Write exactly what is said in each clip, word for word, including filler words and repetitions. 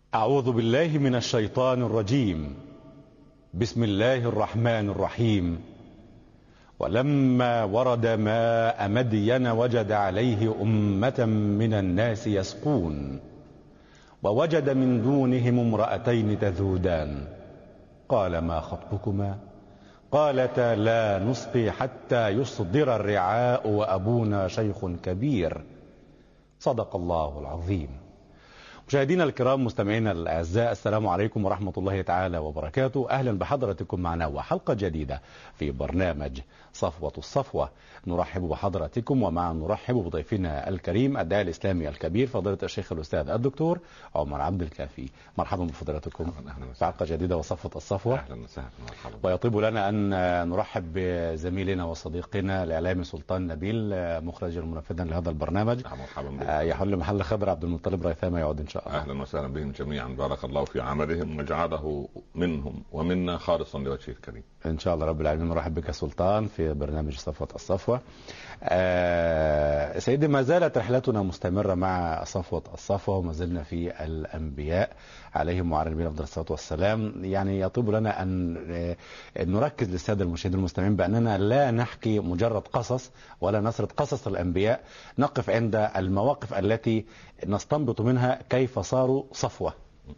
أعوذ بالله من الشيطان الرجيم. بسم الله الرحمن الرحيم. ولما ورد ماء مدين وجد عليه أمة من الناس يسقون ووجد من دونهم امرأتين تذودان قال ما خطبكما قالتا لا نسقي حتى يصدر الرعاء وأبونا شيخ كبير. صدق الله العظيم. مشاهدينا الكرام، مستمعينا الأعزاء، السلام عليكم ورحمة الله تعالى وبركاته. أهلا بحضرتكم معنا وحلقة جديدة في برنامج صفوة الصفوة. نرحب بحضراتكم ومع نرحب بضيفنا الكريم الداعي الإسلامي الكبير فضيلة الشيخ الأستاذ الدكتور عمر عبد الكافي. مرحبا بفضيلتكم في حلقة جديدة وصفوة الصفوة. أهلا وسهلا. مرحبا. ويطيب لنا أن نرحب بزميلنا وصديقنا الإعلامي سلطان نبيل، مخرجا ومنفذا لهذا البرنامج. مرحبا. يحل محل خضر عبد المطلب ريثما يعود إن شاء الله. أهلا وسهلا بهم جميعا، بارك الله في عملهم وجعله منهم ومنا خالصا لوجهه الكريم إن شاء الله رب العالمين. نرحب بك سلطان في برنامج صفوة الصفوة. آه سيدي، ما زالت رحلتنا مستمرة مع صفوة الصفوة وما زلنا في الأنبياء عليهم وعلى نبينا أفضل الصلاة والسلام. يعني يطيب لنا أن نركز للسادة المشاهدين المستمعين بأننا لا نحكي مجرد قصص ولا نسرد قصص الأنبياء، نقف عند المواقف التي نستنبط منها كيف صاروا صفوة.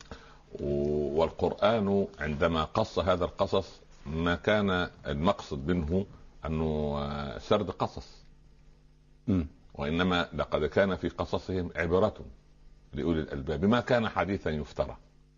والقرآن عندما قص هذا القصص ما كان المقصد منه أنه سرد قصص، م. وإنما لقد كان في قصصهم عبرة لأولي الألباب، ما كان حديثا يفترى.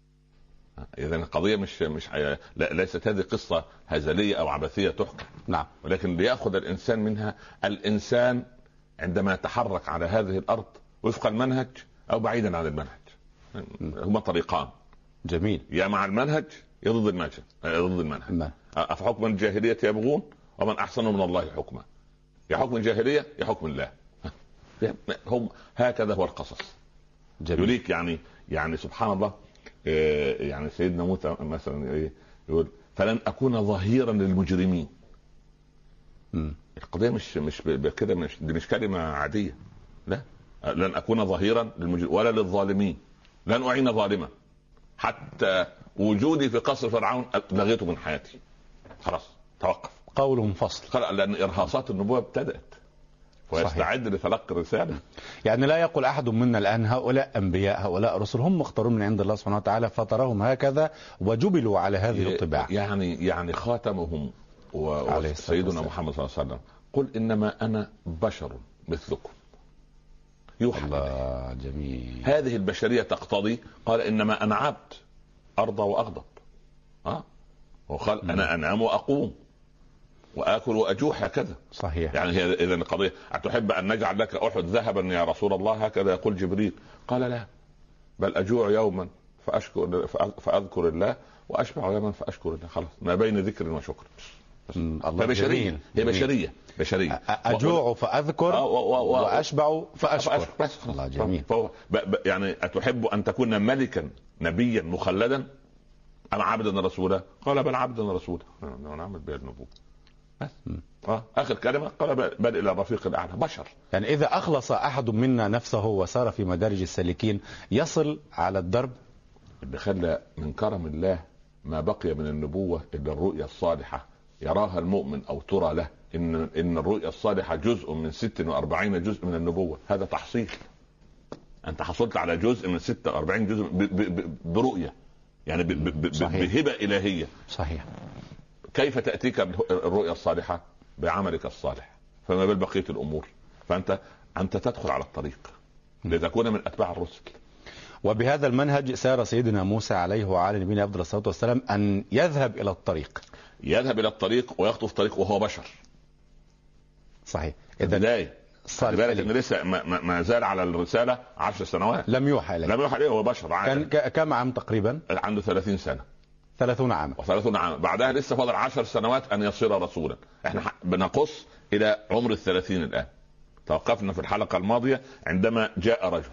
إذا القضية مش مش لا ليست هذه قصة هزلية أو عبثية تحكى، نعم، ولكن ليأخذ الإنسان منها الإنسان عندما يتحرك على هذه الأرض وفق المنهج أو بعيدا عن المنهج. هما طريقان. جميل. يا مع المنهج يا ضد المنهج. ضد المنهج. أفحكم الجاهلية يبغون ومن أحسن من الله حكما. يا حكم الجاهلية يا حكم الله. هم هكذا هو القصص. جميل. يليك يعني يعني سبحان الله. يعني سيدنا موسى مثلا يقول فلن أكون ظهيرا للمجرمين. م. القضية مش مش كده، مش دي مش كلمة عادية. لا، لن أكون ظهيرا للمجرمين ولا للظالمين، لن أعين ظالما، حتى وجودي في قصر فرعون لغيته من حياتي. خلاص توقف. قول فصل. لأن إرهاصات النبوة ابتدأت ويستعد لتلقي الرسالة. يعني لا يقول أحد منا الآن هؤلاء أنبياء هؤلاء رسل، هم مختارون من عند الله سبحانه وتعالى فطرهم هكذا وجبلوا على هذه الطباع. يعني يعني خاتمهم وسيدنا محمد صلى الله عليه وسلم قل إنما أنا بشر مثلكم يوحى. الله جميل. هذه البشرية تقتضي، قال إنما أنا عبد أرضى وأغضب. أه؟ وقال أنا أنام وأقوم وآكل وأجوح هكذا. صحيح. يعني هي إذا القضية أتحب أن نجعل لك أحد ذهبا يا رسول الله هكذا يقول جبريل؟ قال لا، بل أجوع يوما فأشكر فأذكر الله وأشبع يوما فأشكر الله. خلاص، ما بين ذكر وشكر. الله بشرية. جميل. هي بشرية بشرية. أجوع فأذكر وأشبع فأشكر. الله جميل. يعني أتحب أن تكون ملكا نبيا مخلدا أم عبدا رسولا؟ قال بل عبدا رسولا. نعمل بها النبوة. آه. آخر كلمة قال بل إلى الرفيق الأعلى. بشر. يعني إذا أخلص أحد منا نفسه وسار في مدارج السالكين يصل على الدرب. اللي خلى من كرم الله ما بقي من النبوة إلا الرؤيا الصالحة يراها المؤمن أو ترى له. إن إن الرؤيا الصالحة جزء من ستة وأربعين جزء من النبوة. هذا تحصيل. أنت حصلت على جزء من ستة وأربعين جزء ب ب ب برؤية، يعني ب ب ب بهبة إلهية. صحيح. كيف تأتيك الرؤيا الصالحة؟ بعملك الصالح. فما بال بقية الأمور؟ فأنت أنت تدخل على الطريق لتكون من أتباع الرسل. وبهذا المنهج سار سيدنا موسى عليه وعلى نبينا أفضل الصلاة والسلام أن يذهب إلى الطريق. يذهب إلى الطريق ويخطف طريق وهو بشر. صحيح. إذا بداية بالك إن لسه ما, ما زال على الرسالة عشر سنوات. لم يوحى إليه. لم يوحى إليه، هو بشر عادي. كان كم عام تقريبا؟ عنده ثلاثين سنة. ثلاثون عاما. وثلاثون عاما. بعدها لسه فاضل عشر سنوات أن يصير رسولا. إحنا بنقص إلى عمر الثلاثين الآن. توقفنا في الحلقة الماضية عندما جاء رجل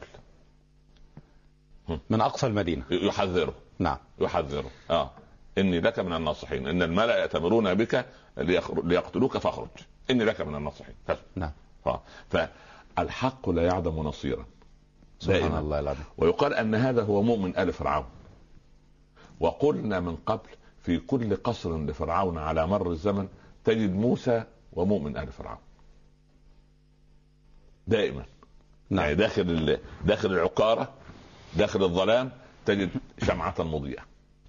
من أقصى المدينة يحذره. نعم. يحذره. آه إني لك من الناصحين، إن الملأ يأتمرون بك ليقتلوك فاخرج، إني لك من الناصحين. نعم. فالحق لا يعدم نصيرا. سبحان الله العظيم. ويقال ان هذا هو مؤمن آل فرعون. وقلنا من قبل في كل قصر لفرعون على مر الزمن تجد موسى ومؤمن آل فرعون دائما. نعم. يعني داخل داخل العقارة داخل الظلام تجد شمعة مضيئة.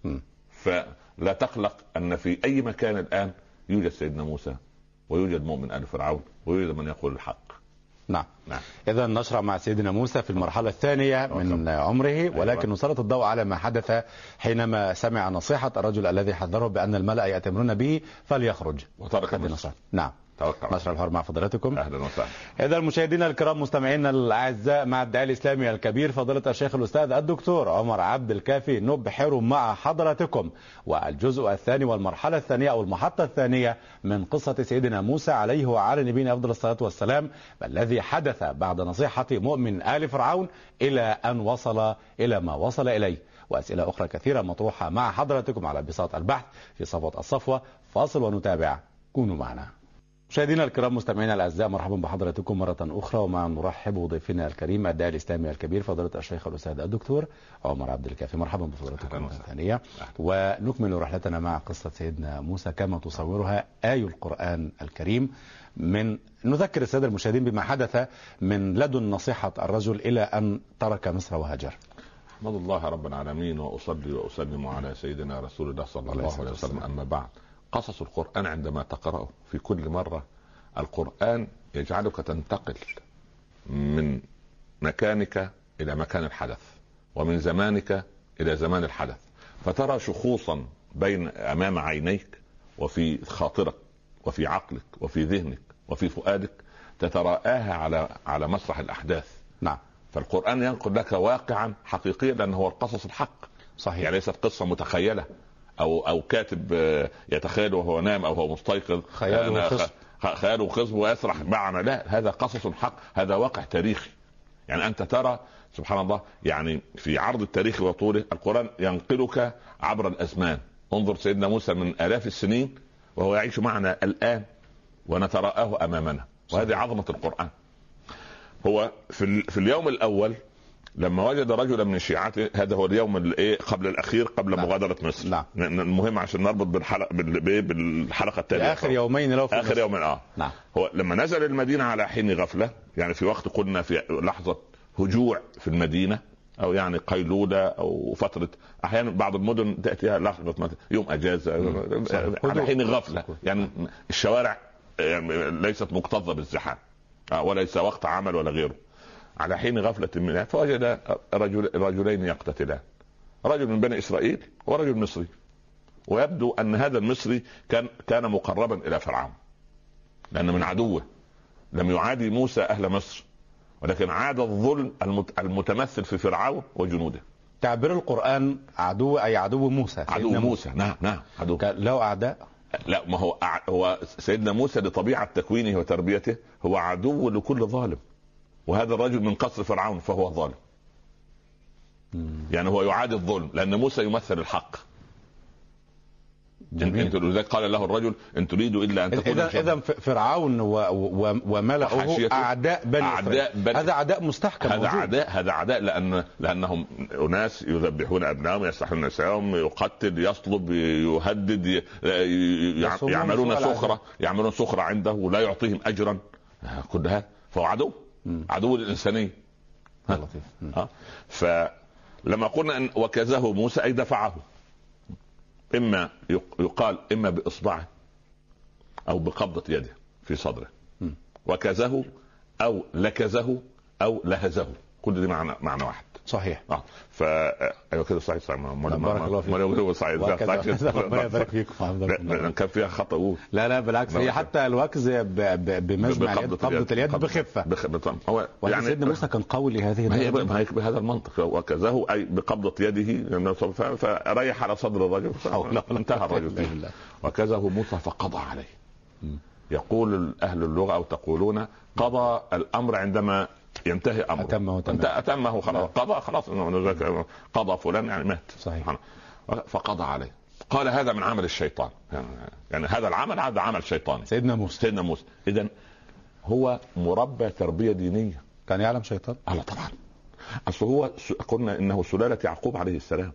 فلا تقلق ان في اي مكان الان يوجد سيدنا موسى ويوجد مؤمن آل فرعون ويوجد من يقول الحق. نعم. نعم. إذا نشرع مع سيدنا موسى في المرحلة الثانية من عمره، ولكن نسلط الضوء على ما حدث حينما سمع نصيحة الرجل الذي حذره بأن الملأ يأتمرون به فليخرج وترك مصر. نعم. نشر الحوار مع فضلاتكم. اهلا وسهلا. اذا المشاهدين الكرام مستمعينا الاعزاء، مع الداعي الاسلامي الكبير فضيلة الشيخ الاستاذ الدكتور عمر عبد الكافي نبحر مع حضراتكم والجزء الثاني والمرحلة الثانية او المحطة الثانية من قصة سيدنا موسى عليه وعلى نبينا افضل الصلاة والسلام، الذي حدث بعد نصيحة مؤمن آل فرعون الى ان وصل الى ما وصل اليه. واسئلة اخرى كثيرة مطروحة مع حضراتكم على بساط البحث في صفوة الصفوة. فاصل ونتابع، كونوا معنا. مشاهدينا الكرام مستمعينا الاعزاء، مرحبا بحضراتكم مره اخرى، ومع نرحب بضيفنا الكريم الداعي الاسلامي الكبير فضيله الشيخ الاستاذ الدكتور عمر عبد الكافي. مرحبا بفضلاتكم مره ثانيه، ونكمل رحلتنا مع قصه سيدنا موسى كما تصورها آي القرآن الكريم. من نذكر الساده المشاهدين بما حدث من لدن نصيحه الرجل الى ان ترك مصر وهاجر. احمد الله رب العالمين واصلي واسلم على سيدنا رسول الله صلى الله عليه وسلم. اما بعد، قصص القرآن عندما تقرأه في كل مرة القرآن يجعلك تنتقل من مكانك إلى مكان الحدث ومن زمانك إلى زمان الحدث، فترى شخوصا بين أمام عينيك وفي خاطرك وفي عقلك وفي ذهنك وفي فؤادك تتراءاها على على مسرح الأحداث. نعم. فالقرآن ينقل لك واقعا حقيقيا لأنه هو القصص الحق. صحيح. يعني ليست قصة متخيلة او او كاتب يتخيل وهو نام او هو مستيقظ خياله خصب خياله خصب ويسرح معنا. لا، هذا قصص حق، هذا واقع تاريخي. يعني انت ترى سبحان الله، يعني في عرض التاريخ وطوله القرآن ينقلك عبر الازمان. انظر سيدنا موسى من الاف السنين وهو يعيش معنا الان ونتراءاه امامنا، وهذه عظمة القرآن. هو في, في اليوم الاول لما وجد رجلا من شيعته، هذا هو اليوم الايه قبل الاخير قبل لا. مغادره مصر. لا. المهم عشان نربط بالحلقه بالحلقه التاليه، اخر يومين لو في اخر يومين اه نعم. هو لما نزل المدينه على حين غفله، يعني في وقت قلنا في لحظه هجوع في المدينه او يعني قيلوله او فتره، احيانا بعض المدن تاتيها لحظه يوم اجازه على حين غفله، يعني الشوارع ليست مكتظه بالزحام وليس وقت عمل ولا غيره، على حين غفلة منها. فوجد رجل رجلين يقتتلان، رجل من بني إسرائيل ورجل مصري. ويبدو أن هذا المصري كان كان مقربا إلى فرعون، لأن من عدوه لم يعادي موسى أهل مصر، ولكن عاد الظلم المتمثل في فرعون وجنوده. تعبير القرآن عدو أي عدو موسى. عدو موسى، نعم نعم عدو. له أعداء؟ لا، ما هو هو سيدنا موسى لطبيعة تكوينه وتربيته هو عدو لكل ظالم، وهذا الرجل من قصر فرعون فهو ظالم. يعني هو يعادي الظلم لأن موسى يمثل الحق. انت لذلك قال له الرجل ان تريدوا الا ان تكونوا اذا اذا فرعون وملأه اعداء بني اعداء بني هذا اعداء مستحكم. هذا اعداء هذا اعداء لان لانهم اناس يذبحون ابنائهم، يستحلون نسائهم، يقتل، يصلب، يهدد، يعملون سخره يعملون سخره عنده ولا يعطيهم اجرا. كل هذا فهو عدو عدو الانسانيه. ها. فلما قلنا ان وكزه موسى اي دفعه، اما يقال اما باصبعه او بقبضه يده في صدره، وكزه او لكزه او لهزه، كل دي معنى معنى واحد. صحيح. اه ف ايوه كده صحيح صحيح. بارك الله فيك. هو صحيح. ربنا يبارك فيكم. كان فيها خطا اقول لا لا بالعكس، هي حتى الوكز بمجمع اليد، قبضه اليد بخفه. هو يعني سيدنا موسى كان قوي لهذه الدرجه بهذا المنطق، وكزه اي بقبضه يده فريح على صدر الرجل، انتهى الرجل. وكزه موسى فقضى عليه. يقول اهل اللغه او تقولون قضى الامر عندما ينتهي امره، أتمه أتمه خلاص، قضى خلاص، قضى فلان يعني مات. صحيح. فقضى عليه. قال هذا من عمل الشيطان، يعني هذا العمل هذا عمل شيطاني. سيدنا موسى سيدنا موسى إذن هو مربى تربية دينية. كان يعلم شيطان؟ الله طبعا. اصل هو قلنا انه سلاله يعقوب عليه السلام،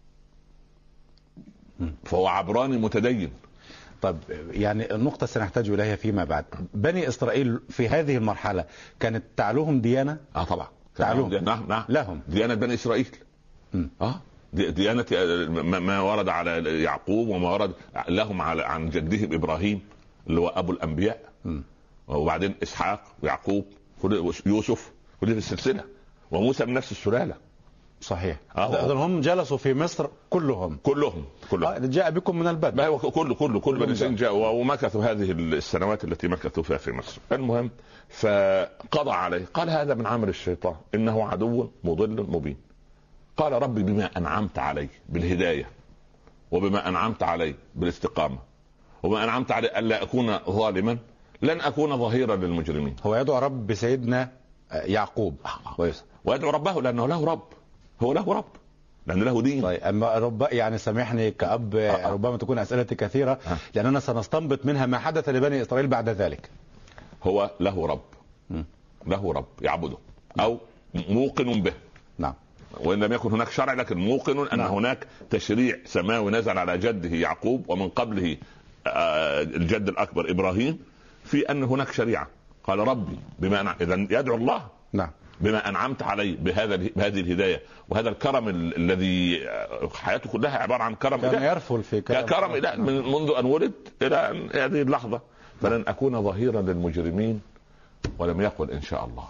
فهو عبراني متدين. طب يعني النقطة سنحتاج إليها فيما بعد. بني إسرائيل في هذه المرحلة كانت تعلوهم ديانة؟ اه طبعا تعلوهم. نعم نعم لهم ديانة بني إسرائيل. م. اه ديانة ما ورد على يعقوب وما ورد لهم على عن جدهم إبراهيم اللي هو أبو الأنبياء، م. وبعدين إسحاق ويعقوب يوسف، كل في السلسلة، وموسى من نفس السلالة. صحيح. آه هم جلسوا في مصر كلهم كلهم كلهم آه جاء بكم من البدء. ما هو كله كله كل بني إسرائيل جاء ومكثوا هذه السنوات التي مكثوا فيها في مصر. المهم فقضى عليه، قال هذا من عمل الشيطان إنه عدو مضل مبين. قال ربي بما أنعمت علي بالهداية، وبما أنعمت علي بالاستقامة، وبما أنعمت علي ألا أكون ظالما، لن أكون ظهيرا للمجرمين. هو يدعو رب بسيدنا يعقوب ويدعو ربه لأنه له رب، هو له رب لأنه له دين. طيب أما رب يعني سامحني كأب، آه. ربما تكون أسئلتي كثيرة آه. لأننا سنستنبط منها ما حدث لبني إسرائيل بعد ذلك. هو له رب، م. له رب يعبده أو موقن به. نعم. وإن لم يكن هناك شرع لكن موقن أن نعم. هناك تشريع سماوي نزل على جده يعقوب ومن قبله الجد الأكبر إبراهيم في أن هناك شريعة. قال ربي بما أنعم، إذن يدعو الله نعم بما أنعمت علي بهذا بهذه الهداية وهذا الكرم الذي حياته كلها عبارة عن كرم كان يرفل في كرم, كرم إله من منذ أن ولد إلى هذه اللحظة. فلن أكون ظهيرا للمجرمين، ولم يقل إن شاء الله.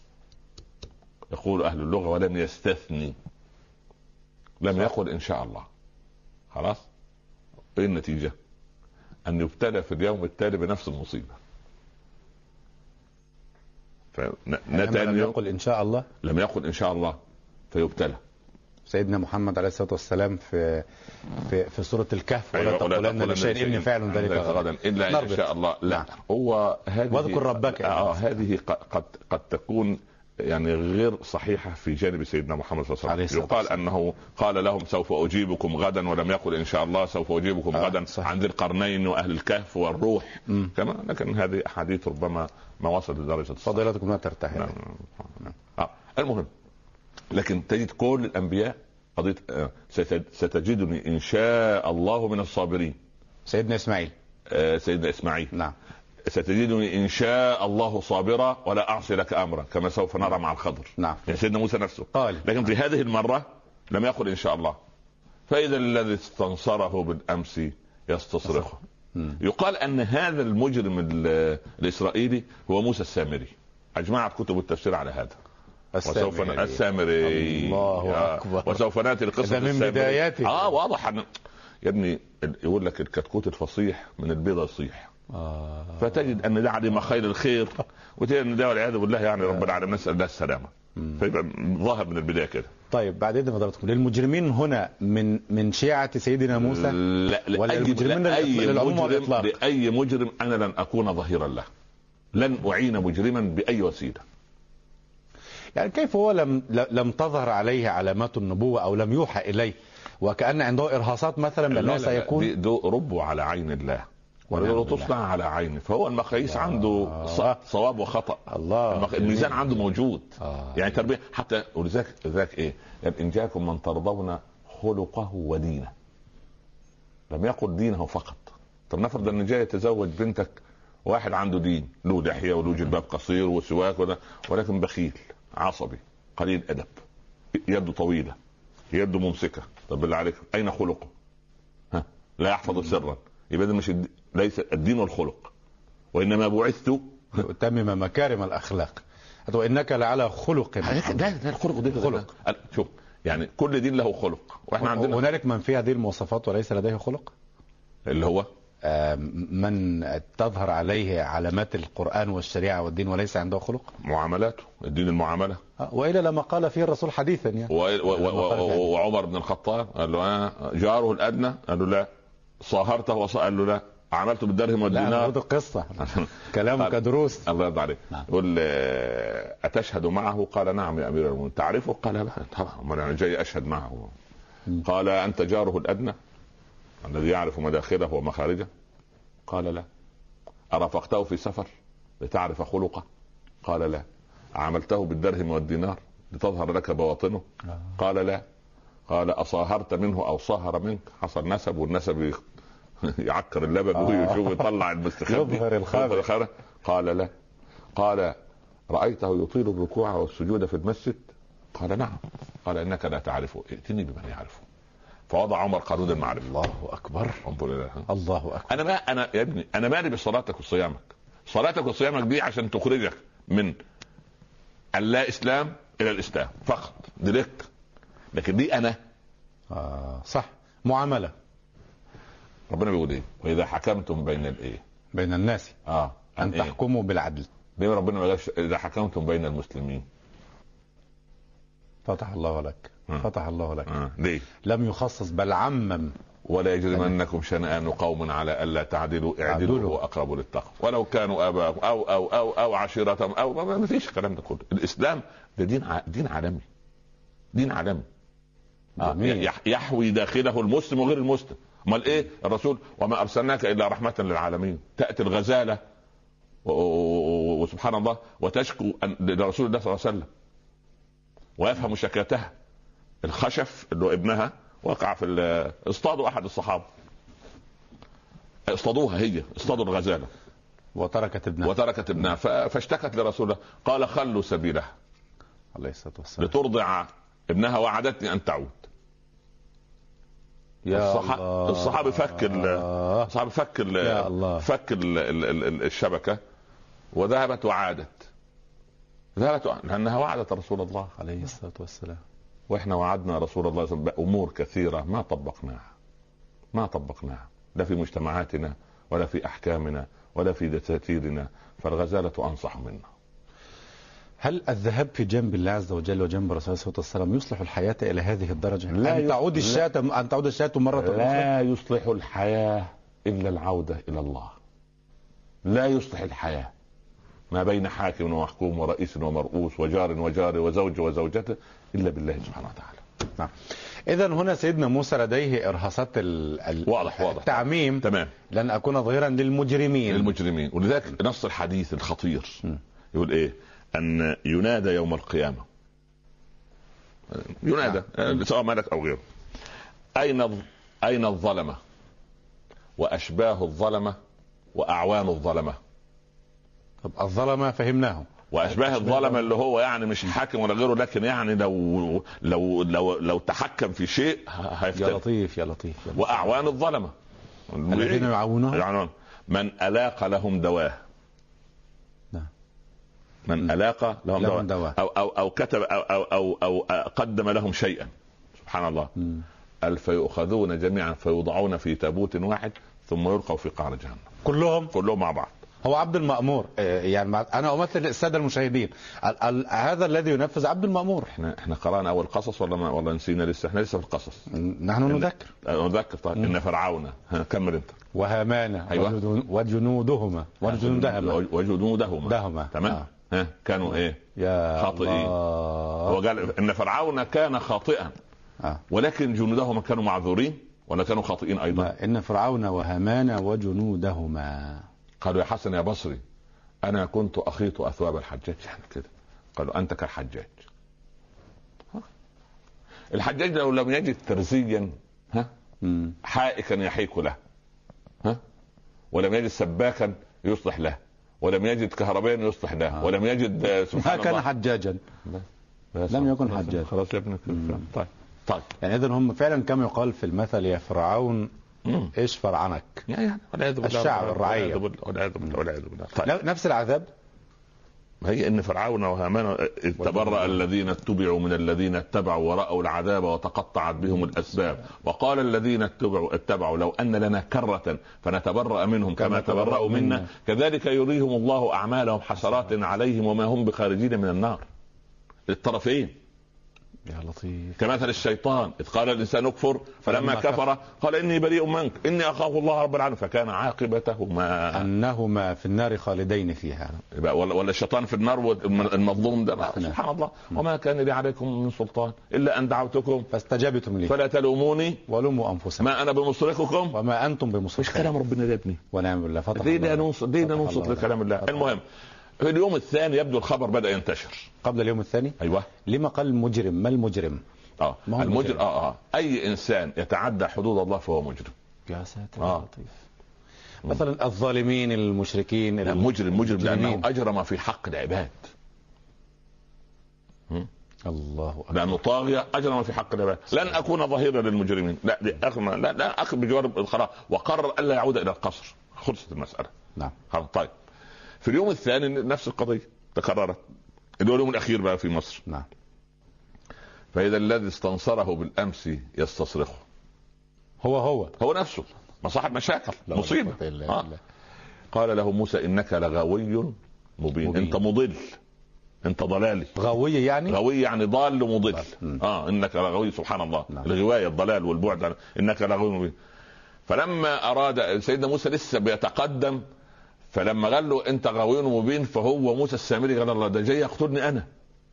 يقول أهل اللغة ولم يستثني، لم يقل إن شاء الله. خلاص إيه النتيجة؟ أن يبتلى في اليوم التالي بنفس المصيبة. لم يقل إن شاء الله، لم يقل إن شاء الله فيبتلى. سيدنا محمد عليه الصلاة والسلام في في في سورة الكهف ولا تقولن لشيء إني فاعل ذلك غدا إلا إن شاء الله. لا هو هذه واذكر ربك. آه هذه قد قد تكون يعني غير صحيحة في جانب سيدنا محمد صلى الله عليه وسلم. يقال أنه قال لهم سوف أجيبكم غدا، ولم يقل إن شاء الله سوف أجيبكم آه غدا صحيح. عن ذي القرنين وأهل الكهف والروح كما، لكن هذه أحاديث ربما ما وصل لدرجة فضيلتكم لا ترتاح. نعم. آه. المهم لكن تجد كل الأنبياء قضية آه ستجدني إن شاء الله من الصابرين. سيدنا إسماعيل آه سيدنا إسماعيل نعم. ستجدني إن شاء الله صابرا ولا أعصي لك أمرا كما سوف نرى مع الخضر. نعم. يعني سيدنا موسى نفسه قال. لكن في هذه المرة لم يقل إن شاء الله. فإذا الذي استنصره بالأمس يستصرخه. يقال أن هذا المجرم الإسرائيلي هو موسى السامري. أجمعت كتب التفسير على هذا. السامري. وسوف السامري الله أكبر. وسوف نأتي القصة من بداياته. آه واضح أن يا ابني يقول لك الكتكوت الفصيح من البيضة يصيح. آه. فتجد ان ده عدم خير الخير، وتجد ان ده والعياذ بالله يعني رب العالمين نسال الله السلامه. فيبقى ظاهر من البدايه كده. طيب بعد اذن حضراتكم، للمجرمين هنا من من شيعه سيدنا موسى لا ولا المجرمين للعموم والاطلاق؟ لاي مجرم انا لن اكون ظهيرا له، لن اعين مجرما باي وسيله. يعني كيف هو لم لم تظهر عليه علامات النبوه او لم يوحى اليه وكأن عنده ارهاصات مثلا بانه سيكون؟ ربوا على عين الله ولو تصنع على عينه، فهو المقاييس الله. عنده صواب وخطأ. الله. الميزان عنده موجود. آه. يعني تربية حتى ولذلك ذاك ايه يعني ان جاءكم من ترضون خلقه ودينه، لم يقل دينه فقط. طب نفرض ان جاي يتزوج بنتك واحد عنده دين، له لحية وله جلباب قصير وسواك وده، ولكن بخيل عصبي قليل ادب، يده طويلة يده ممسكة. طب بالله عليك اين خلقه؟ ها لا يحفظ سرا. يبقى ده مش الد... ليس الدين والخلق، وانما بعثت لأتمم مكارم الاخلاق. وانك لعلى خلق. ده ده الخلق ده خلق. شوف يعني كل دين له خلق، واحنا عندنا هنالك من فيه هذه المواصفات وليس لديه خلق، اللي هو من تظهر عليه علامات القرآن والشريعة والدين وليس عنده خلق. معاملاته الدين المعاملة. وإلى لما قال فيه الرسول حديثا يعني. و... و... و... وعمر بن الخطاب قال له أنا جاره الأدنى، قال له لا. صاهرته وص... قال له لا. عملته بالدرهم والدينار. لا هذه القصة كلامك دروس. الله يرضى عليك. يقول أتشهد معه؟ قال نعم يا أمير المؤمنين. تعرفه؟ قال لا طبعا أنا جاي أشهد معه. قال أنت جاره الأدنى الذي يعرف مداخله ومخارجه؟ قال لا. أرافقته في سفر لتعرف خلقه؟ قال لا. عملته بالدرهم والدينار؟ لتظهر لك بواطنه؟ آه. قال لا. قال أصاهرت منه أو صاهر منك؟ حصل نسب، والنسب يعكر اللبن آه. ويشوف يطلع المستخبي يظهر الخبر. قال لا. قال رأيته يطيل الركوع والسجود في المسجد؟ قال نعم. قال إنك لا تعرفه، ائتني بمن يعرفه. فوضع عمر قانون المعرفة. الله أكبر. الله أكبر. أنا ما أنا يا ابني أنا مالي بصلاتك وصيامك. صلاتك وصيامك دي عشان تخرجك من اللا إسلام إلى الإسلام فقط، دي لك. لكن دي أنا آه صح، معاملة. ربنا بيقول إيه؟ وإذا حكمتم بين الإيه؟ بين الناس آه أن إيه؟ تحكموا بالعدل. ليه ربنا ما قالش إذا حكمتم بين المسلمين؟ فتح الله لك. م. فتح الله لك. آه. ليه؟ لم يخصص بل عمم. ولا يجرمنكم شنآن قوم على ألا تعدلوا اعدلوا هو أقرب للتقوى ولو كانوا آباءكم أو أو أو أو عشيرتهم أو ما فيش الكلام ده كله. الإسلام ده دين ع... دين عالمي. دين عالمي. آمين. يحوي داخله المسلم وغير المسلم. امال ايه الرسول؟ وما ارسلناك الا رحمه للعالمين. تاتي الغزاله وسبحان الله وتشكو لرسول الله صلى الله عليه وسلم ويفهم شكاتها. الخشف اللي هو ابنها وقع في اصطادوا احد الصحابه، اصطادوها هي اصطادوا الغزاله وتركت ابنها وتركت ابنها فاشتكت لرسول الله. قال خلوا سبيلها عليه الصلاه والسلام لترضع ابنها وعدتني ان تعود. يا الصحابي الله. الصحابي فك الصحابي فك ال... فك ال... ال... الشبكه وذهبت وعادت. ذهبت وعادت لانها وعدت رسول الله عليه الصلاه والسلام. واحنا وعدنا رسول الله بامور كثيره ما طبقناها ما طبقناها لا في مجتمعاتنا ولا في احكامنا ولا في دساتيرنا. فالغزاله انصح منا. هل الذهاب في جنب الله عز وجل وجنب رسول الله صلى الله عليه وسلم يصلح الحياة إلى هذه الدرجة؟ لا أن تعود الشاة أن تعود الشاة مرة أخرى؟ لا يصلح الحياة إلا العودة إلى الله. لا يصلح الحياة ما بين حاكم ومحكوم ورئيس ومرؤوس وجار وجار وزوج وزوجته إلا بالله سبحانه وتعالى. نعم. إذا هنا سيدنا موسى لديه إرهاصات ال... واضح واضح التعميم. تمام. لن أكون ظهيرا للمجرمين للمجرمين. ولذلك نص الحديث الخطير م. يقول إيه؟ أن ينادى يوم القيامة، ينادى نعم. سواء ملك أو غيره، أين أين الظلمة وأشباه الظلمة وأعوان الظلمة؟ طب الظلمة فهمناه، وأشباه الظلمة اللي هو يعني مش حاكم ولا غيره، لكن يعني لو لو لو لو تحكم في شيء هيفتن. يا لطيف يا لطيف, يا لطيف. وأعوان الظلمة الذين يعاونون من ألاق لهم دواه. من ألاق لهم دواء, دواء. أو, أو, أو كتب أو, أو, أو, أو قدم لهم شيئا. سبحان الله. ألف فيؤخذون جميعا فيوضعون في تابوت واحد ثم يلقوا في قعر جهنم كلهم كلهم مع بعض. هو عبد المأمور يعني انا امثل الساده المشاهدين ال ال هذا الذي ينفذ عبد المأمور. احنا احنا قرانا اول قصص ولا ما ولا نسينا لسه؟ احنا لسه في القصص. نحن نذكر نذكر طيب. ان فرعون كمل انت وهامان أيوة. وجنودهما وجنودهما وجنودهما دهما. تمام. آه. ها كانوا ايه؟ يا خاطئين. هو قال ان فرعون كان خاطئا آه. ولكن جنودهما كانوا معذورين ولا كانوا خاطئين ايضا؟ ان فرعون وهامان وجنودهما قالوا يا حسن يا بصري انا كنت اخيط اثواب الحجاج يعني كده. قالوا انت كالحجاج. الحجاج لو لم يجد ترزيا ها حائكا يحيك له ها ولم يجد سباكا يصلح له ولم يجد كهربائيا يصلح له آه. ولم يجد سبحان ما كان حجاجا لم يكن حجاجا. خلاص يا ابنك. طيب طيب يعني اذا هم فعلا كما يقال في المثل يا فرعون مم. ايش فرعنك يعني الشعب الرعيه والعياذ بالله والعياذ بالله. طيب. نفس العذاب هي ان فرعون وهامان تبرأ الذين اتبعوا من الذين اتبعوا ورأوا العذاب وتقطعت بهم الاسباب وقال الذين اتبعوا اتبعوا لو ان لنا كرة فنتبرأ منهم كما تبرأوا منا كذلك يريهم الله اعمالهم حسرات عليهم وما هم بخارجين من النار. الطرفين. يا لطيف. كمثل الشيطان إذ قال الإنسان اكفر فلما كفر قال إني بريء منك إني أخاف الله رب العالمين فكان عاقبتهما أنهما في النار خالدين فيها. ولا الشيطان في النار والمظلوم ده سبحان الله. وما كان لي عليكم من سلطان إلا أن دعوتكم فاستجبتم لي فلا تلوموني ولوموا أنفسكم ما أنا بمصرخكم وما أنتم بمصرخي. مش كلام ربنا ده ابني ونعم بالله. ليه ننصت ليه ننصت لكلام الله. المهم في اليوم الثاني يبدو الخبر بدأ ينتشر. قبل اليوم الثاني؟ ايوه. لما قال المجرم؟ ما المجرم؟ اه المجرم اه اه اي انسان يتعدى حدود الله فهو مجرم. يا ساتر يا لطيف. مثلا الظالمين المشركين المجرم مجرم لانه اجرم في حق العباد. الله أكبر. لانه طاغية اجرم في حق العباد. لن اكون ظهيرا للمجرمين، لا لا لا اخذ بجوار الخلاء، وقرر الا يعود الى القصر. خلصت المسألة. نعم. طيب في اليوم الثاني نفس القضية تكررت، اللي هو اليوم الاخير بقى في مصر. نعم. فاذا الذي استنصره بالامس يستصرخه. هو هو هو نفسه ما صاحب مشاكل مصيبة. آه. قال له موسى انك لغوي مبين, مبين. انت مضل، انت ضلالي. غوي يعني غوي يعني ضال مضل. اه انك لغوي، سبحان الله. نعم. الغوايه الضلال والبعد، انك لغوي مبين. فلما اراد سيدنا موسى لسه بيتقدم، فلما قال له انت غوي مبين، فهو موسى السامري قال الله ده جاي يقتلني انا.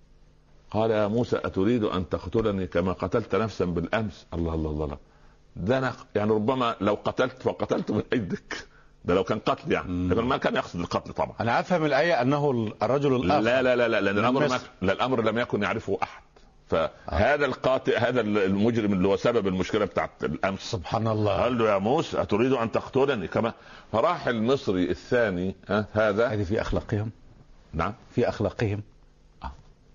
قال يا موسى اتريد ان تقتلني كما قتلت نفسا بالامس؟ الله الله الله, الله. ده انا يعني ربما لو قتلت فقتلت من ايدك، ده لو كان قتل يعني، لكن ما كان يقصد القتل طبعا. انا افهم الايه انه الرجل الاخر. لا لا لا لا لان الامر ما لا الامر لم يكن يعرفه احد. فهذا القاتل هذا المجرم اللي هو سبب المشكله بتاعت الامس، سبحان الله، قال له يا موسى اتريد ان تقتلني كما. فراح المصري الثاني ها هذا هذه في اخلاقهم. نعم في اخلاقهم. آه.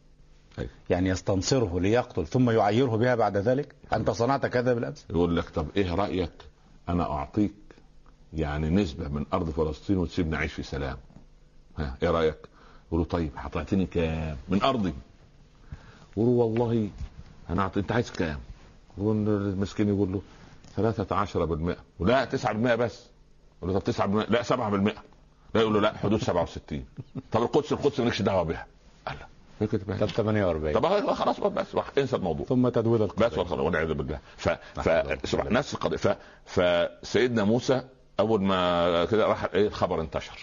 يعني يستنصره ليقتل ثم يعيره بها بعد ذلك. انت صنعت كذا بالامس. يقول لك طب ايه رايك انا اعطيك يعني نسبه من ارض فلسطين وتسيبني اعيش في سلام، ها ايه رايك؟ يقول له طيب هتعطيني كام من ارضي؟ يقول له والله انا اعطي، انت عايز كام؟ يقول المسكين يقول له ثلاثة عشر بالمئة. ولا تسعة بالمئة بس. يقول له طب تسعة بالمئة، لا سبعة بالمئة. لا يقول له لا حدود سبعة وستين. طب القدس القدس مالكش دعوه بها. قال له طب ثمانية وأربعين. طب خلاص بس انسى الموضوع. ثم تدوير القضية بس خلاص والعياذ بالله. ف ف نفس القضيه. ف... فسيدنا موسى اول ما كده راح ايه الخبر انتشر،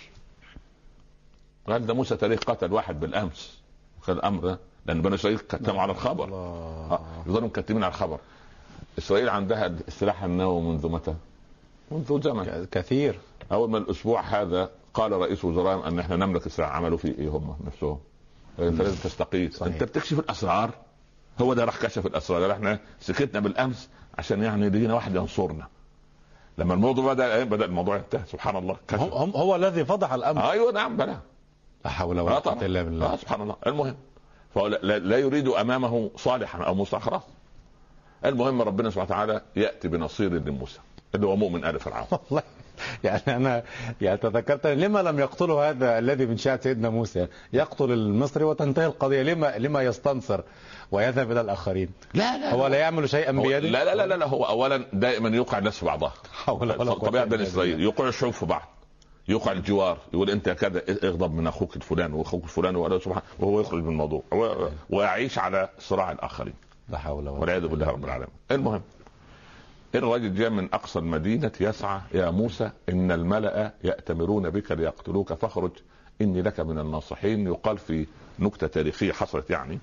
قال ده موسى تاريخ قتل واحد بالامس. كان الامر ده لان بني اسرائيل كتموا على الخبر، اه يظلوا مكتمين على الخبر. اسرائيل عندها السلاح النووي منذ متى؟ منذ زمن كثير. اول ما الاسبوع هذا قال رئيس وزراء ان احنا نملك السلاح، عملوا فيه ايه هم نفسهم؟ انت لازم تستقيل، انت بتكشف الاسرار. هو ده راح كشف الاسرار، احنا سكتنا بالامس عشان يعني لقينا واحد ينصرنا. لما الموضوع بدا بدا الموضوع انتهى. سبحان الله. هم هو الذي فضح الامر. ايوه نعم بلى. لا حول ولا قوه الا بالله. آه سبحان الله. المهم فهو لا, لا يريد امامه صالحا او مصلحا، خلاص. المهم ربنا سبحانه وتعالى ياتي بنصير لموسى اللي هو مؤمن ال فرعون. والله يعني انا يعني تذكرت لما لم يقتله هذا الذي من شأن سيدنا موسى، يقتل المصري وتنتهي القضيه. لما لما يستنصر ويذهب الى الاخرين؟ لا لا هو لا يعمل شيئا بيده. لا لا لا لا هو اولا دائما يوقع الناس في بعضها. طبيعه بني اسرائيل يوقع الشعوب في بعض، يوقع الجوار، يقول انت كذا اغضب من اخوك الفلان واخوك الفلان ولا سبحان، وهو يخرج من الموضوع ويعيش على صراع الاخرين. لا حول ولا قوه والعياذ بالله رب العالمين. المهم الرجل جاء من اقصى المدينه يسعى يا موسى ان الملأ يأتمرون بك ليقتلوك فاخرج اني لك من الناصحين. يقال في نكته تاريخيه حصلت يعني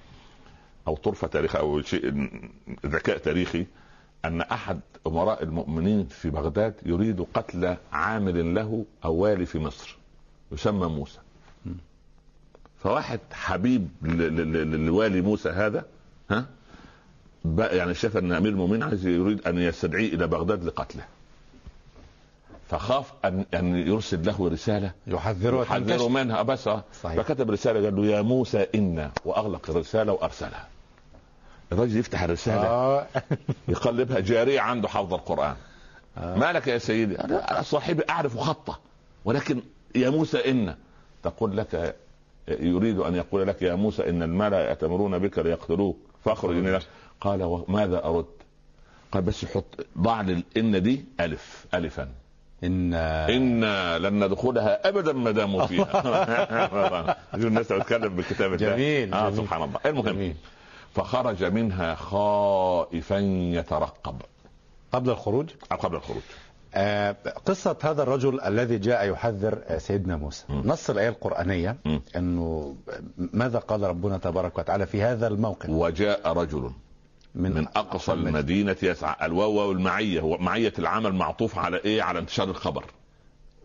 او طرفه تاريخيه او شيء ذكاء تاريخي، ان احد امراء المؤمنين في بغداد يريد قتل عامل له او والي في مصر يسمى موسى. فواحد حبيب للوالي موسى هذا ها يعني شاف ان امير المؤمنين عايز يريد ان يستدعيه الى بغداد لقتله، فخاف ان ان يرسل له رساله يحذره يحذره منها بس. فكتب رساله قال له يا موسى انا، واغلق الرساله وارسلها. الرجل يفتح الرساله آه. يقلبها، جاريه عنده حافظ القران. آه. ما لك يا سيدي؟ انا صاحبي اعرف خطه، ولكن يا موسى ان تقول لك، يريد ان يقول لك يا موسى ان الملأ يأتمرون بك ليقتلوك فاخرج اني لك. قال وماذا ارد؟ قال بس حط ضع للان دي الف الفا ان ان لن ندخلها ابدا ما داموا فيها. الناس تتكلم بالكتاب ده جميل, آه جميل. سبحان الله. المهم جميل. فخرج منها خائفا يترقب قبل الخروج قبل الخروج آه قصة هذا الرجل الذي جاء يحذر سيدنا موسى. م. نص الآية القرآنية م. أنه ماذا قال ربنا تبارك وتعالى في هذا الموقف؟ وجاء رجل من, من أقصى المدينة يسعى. الواو والمعية، هو معية العمل معطوف على إيه؟ على انتشار الخبر.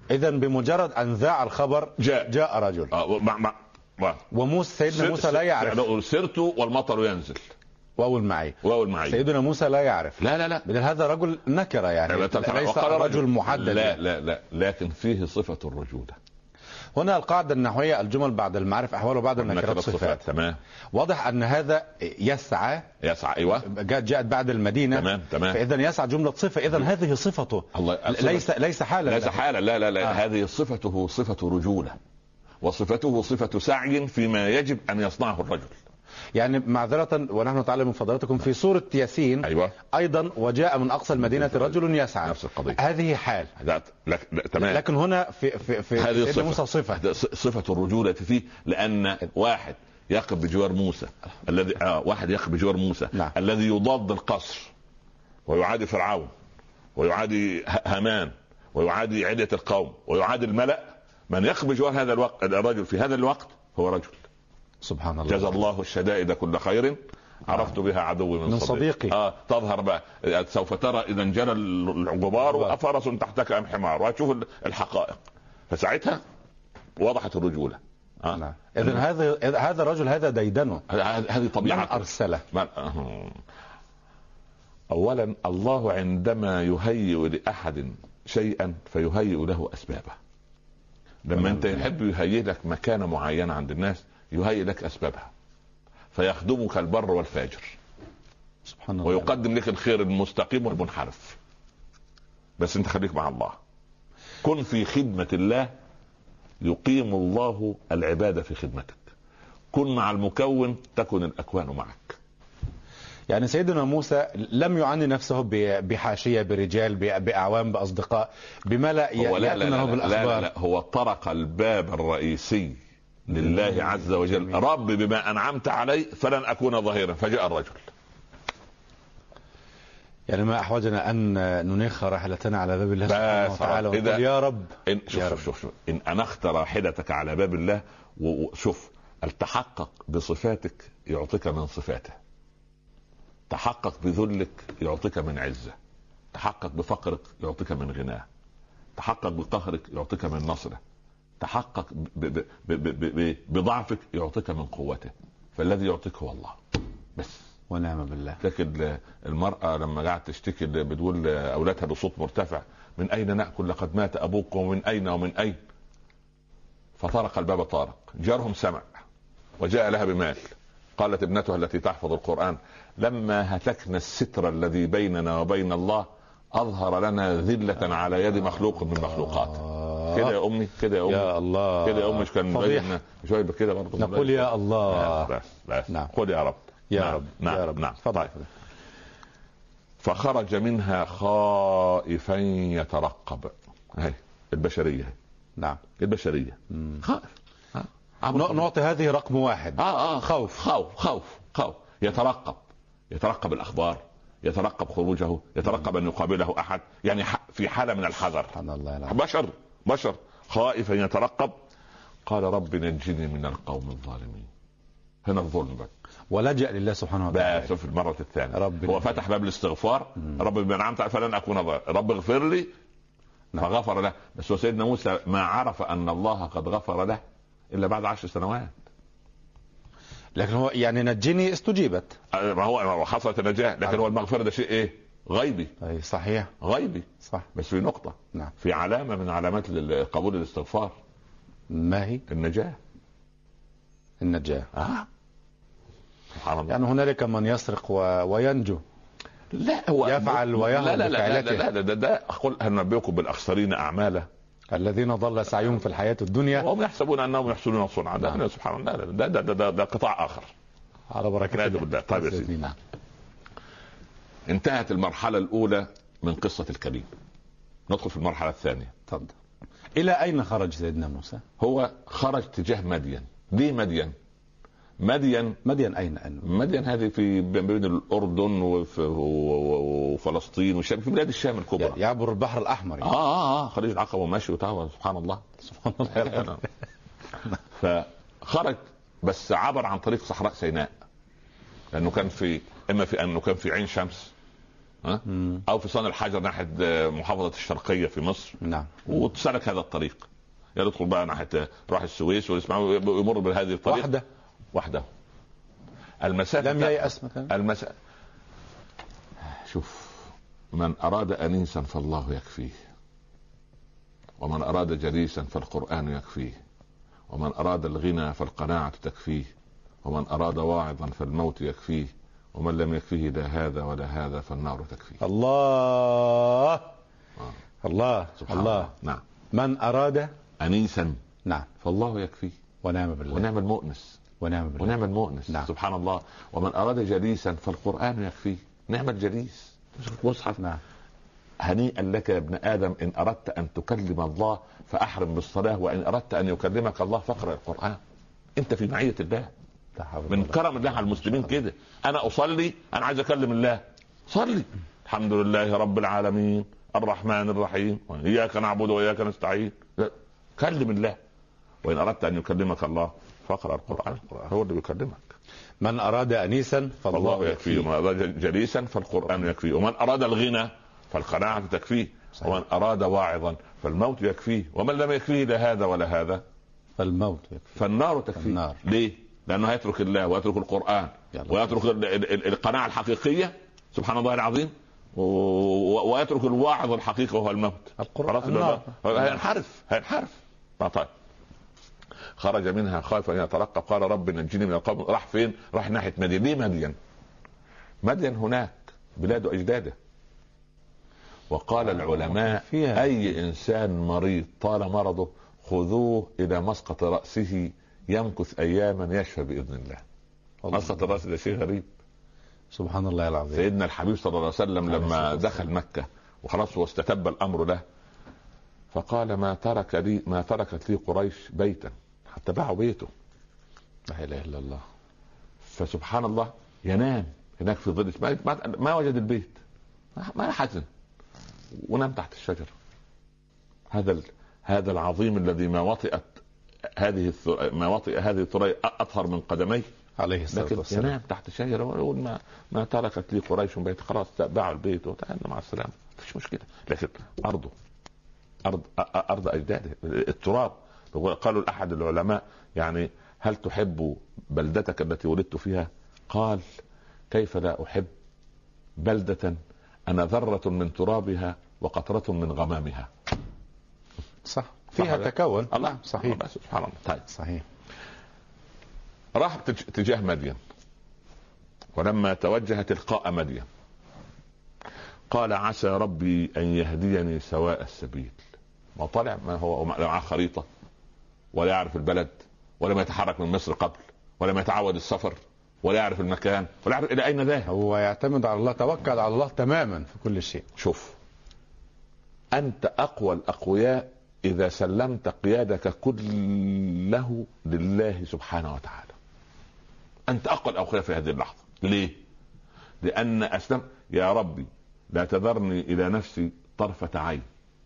إذا بمجرد أن ذاع الخبر جاء جاء رجل. آه مع مع مع وموسى سيدنا موسى لا يعرف. سرت والمطر ينزل واول معي واول معي سيدنا موسى لا يعرف. لا لا لا بدل هذا رجل نكره يعني ليس رجل محدد. لا لا لا لكن فيه صفة الرجولة. هنا القاعدة النحوية الجمل بعد المعرف أحوال وبعد النكرات صفات. تمام. واضح أن هذا يسعى يسعى أيوة جاءت بعد المدينة. تمام تمام. فإذا يسعى جملة صفة. إذا هذه صفته. الله ليس ليس حالا. ليس حالا لا لا لا آه. هذه صفته صفة رجولة وصفته صفة سعي فيما يجب أن يصنعه الرجل. يعني معذرة ونحن نتعلم من فضلاتكم في سورة ياسين أيوة. أيضا وجاء من أقصى المدينة رجل يسعى. نفس القضية. هذه حال. لا لا لا تمام. لكن هنا في في في هذه صفة. موسى صفة صفة الرجولة فيه لأن واحد يقف بجوار موسى الذي آه واحد يقف بجوار موسى نعم. الذي يضاد القصر ويعادي فرعون ويعادي هامان ويعادي عدة القوم ويعادي الملأ. من يقف بجوار هذا الوقت الرجل في هذا الوقت هو رجل. سبحان الله. جزا الله الشدائد كل خير عرفت بها عدوي من, من صديقي. آه تظهر بقى سوف ترى اذا انجلى الغبار وافرس تحتك ام حمار وهتشوف الحقائق. فساعتها وضحت الرجوله. آه. نعم. اذا هذا هذا الرجل هذا ديدنه. هذه طبيعه. من ارسله؟ من... اولا الله عندما يهيئ لاحد شيئا فيهيئ له اسبابه. لما انت يحب يهيئ لك مكانه معينه عند الناس يهيئ لك اسبابها فيخدمك البر والفاجر. سبحان الله. ويقدم لك الخير المستقيم والمنحرف. بس انت خليك مع الله. كن في خدمة الله يقيم الله العبادة في خدمتك. كن مع المكون تكن الأكوان معك. يعني سيدنا موسى لم يعني نفسه بحاشية برجال بأعوام بأصدقاء بملأ يأتونه بالأخبار. لا, لا لا هو طرق الباب الرئيسي لله عز وجل. رب بما أنعمت علي فلن أكون ظهيرا فجاء الرجل. يعني ما أحوجنا أن ننخ راحلتنا على باب الله سبحانه وتعالى ونقول يا رب. إن شوف, يا شوف, شوف, شوف إن أنخت راحلتك على باب الله وشوف التحقق بصفاتك يعطيك من صفاته. تحقق بذلك يعطيك من عزة. تحقق بفقرك يعطيك من غناه. تحقق بقهرك يعطيك من نصره. تحقق بضعفك يعطيك من قوته. فالذي يعطيك هو الله بس. ونعم بالله. لكن المرأة لما قاعد تشتكي بتقول أولادها بصوت مرتفع من أين نأكل لقد مات أبوك ومن أين ومن أين. فطرق الباب طارق جارهم سمع وجاء لها بمال. قالت ابنتها التي تحفظ القرآن لما هتكنا الستر الذي بيننا وبين الله أظهر لنا ذلة على يد مخلوق من مخلوقات. كده يا أمي كده يا أمي يا الله كده يا أمي. مش كان راجل شوية كده برضه نقول يا الله. بس بس نعم. قل يا رب يا نعم. رب نعم. يا رب نعم. طيب. فخرج منها خائفا يترقب. هاي البشرية. نعم البشرية خائف. نعطي هذه رقم واحد. آه آه خوف خوف خوف خوف يترقب يترقب الأخبار يترقب خروجه يترقب أن يقابله أحد يعني في حالة من الحذر. سبحان الله. بشر بشر خائفا يترقب. قال رب نجني من القوم الظالمين. هنا الظلم بقى ولجأ لله سبحانه وتعالى في المرة الثانية. رب هو فتح باب الاستغفار. مم. رب بما أنعمت فلن أكون ظالما. رب اغفر لي. نعم. فغفر له. بس سيدنا موسى ما عرف أن الله قد غفر له إلا بعد عشر سنوات. لكن هو يعني نجني استجيبت. ما هو حصلت النجاة. لكن عرف. هو المغفرة ده شيء إيه غيبي. أي صحيح غيبي صح. بس في نقطة. نعم. في علامة من علامات قبول الاستغفار. ما هي؟ النجاة. النجاة. آه. يعني هنالك من يسرق و... وينجو. لا هو يفعل ويهرب. لا لا لا لا لا لا ده ده أقول هل ننبئكم بالأخسرين أعمالا الذين ضل سعيهم في الحياة الدنيا وهم يحسبون أنهم يحسنون صنعا. ده سبحان الله ده ده ده, ده, ده قطاع آخر. على بركة الله. طيب يا سيدي. انتهت المرحلة الأولى من قصة الكريم. ندخل في المرحلة الثانية. تفضل. إلى أين خرج سيدنا موسى؟ هو خرج تجاه مدين. ليه مدين؟ مدين مدين أين أين؟ مدين هذه في بين الأردن وفلسطين والشام في بلاد الشام الكبرى. يعبر البحر الأحمر يعني. آه آه آه خليج العقبة وماشي وتعالى سبحان الله سبحان الله. فخرج بس عبر عن طريق صحراء سيناء لأنه كان في إما في أنه كان في عين شمس ها؟ او في صان الحجر ناحيه محافظه الشرقيه في مصر. نعم. وتسلك هذا الطريق، يدخل بقى ناحيه راح السويس ويسمعوا يمر بهذه الطريق وحده وحده. المسافه لم ييأس مثلا. المسافه شوف، من اراد انيسا فالله يكفيه، ومن اراد جليسا فالقران يكفيه، ومن اراد الغنى فالقناعه تكفيه، ومن اراد واعظا فالموت يكفيه، ومن لم يكفيه لا هذا ولا هذا فالنار تكفيه. الله آه. الله سبحان الله. الله. نعم. من أراد أنيسا نعم فالله يكفيه، ونعم بالله ونعم المؤنس، ونعم بالله ونعم المؤنس. نعم. سبحان الله. ومن أراد جليسا فالقرآن يكفيه، نعم الجليس مصحف. نعم. هنيئا لك يا ابن آدم إن أردت أن تكلم الله فأحرم بالصلاة، وإن أردت أن يكلمك الله فاقرأ القرآن. أنت في معية الله، من كرم الله على المسلمين كده. انا اصلي، انا عايز اكلم الله، صلي الحمد لله رب العالمين الرحمن الرحيم واياك نعبد واياك نستعين، كلم الله. وان اردت ان يكلمك الله فاقرا القران، هو اللي بيكلمك. من اراد انيسا فالله يكفيه، ومن اراد جليسا فالقران يكفيه، ومن اراد الغنى فالقناعه تكفيه، ومن اراد واعظا فالموت يكفيه، ومن لم يكفيه لا هذا ولا هذا فالموت يكفيه، فالنار تكفيه. النار. ليه؟ لأنه هيترك الله ويترك القرآن ويترك القناعة الحقيقية سبحان الله العظيم، ويترك الواعظ الحقيقي وهو الموت. القرآن هينحرف هينحرف. طيب خرج منها خائفا يترقب قال رب نجني من القوم. راح فين؟ راح ناحية مدين. ليه مدين؟ مدين هناك بلاد أجداده. وقال العلماء أي إنسان مريض طال مرضه خذوه إلى مسقط رأسه يمكث اياما يشفى باذن الله. مسقط الراس ده شيء غريب. سبحان الله العظيم. سيدنا الحبيب صلى الله عليه وسلم لما دخل مكه وخلاص واستتب الامر له، فقال ما ترك لي ما تركت لي قريش بيتا حتى باعوا بيته. لا اله الا الله. فسبحان الله ينام هناك في ظل ما, ما, ما وجد البيت، ما حزن ونام تحت الشجره. هذا هذا العظيم الذي ما وطئت هذه الثر... ما وطئ هذه الثريا اطهر من قدميه عليه الصلاه والسلام، ينام تحت شجره ويقول ما ما تركت لي قريش بيت، خلاص باعوا البيت وتعالى مع السلامه، مفيش مشكله. لكن ارضه ارض ارض اجداده، التراب. قالوا لاحد العلماء يعني هل تحب بلدتك التي ولدت فيها؟ قال كيف لا احب بلده انا ذره من ترابها وقطره من غمامها. صح، فيها تكون. الله صحيح. سبحان الله. طيب صحيح. راح تجاه مدين، ولما توجه تلقاء مدين قال عسى ربي ان يهديني سواء السبيل. ما طلع، ما هو معه خريطه ولا يعرف البلد ولا ما يتحرك من مصر قبل ولا ما يتعود السفر ولا يعرف المكان ولا يعرف الى اين ذاهب. هو يعتمد على الله، توكل على الله تماما في كل شيء. شوف، انت اقوى الاقوياء إذا سلمت قيادك كله لله سبحانه وتعالى. أنت أقوى الأقوياء في هذه اللحظة. ليه؟ لأن أسلم يا ربي لا تذرني إلى نفسي طرفة عين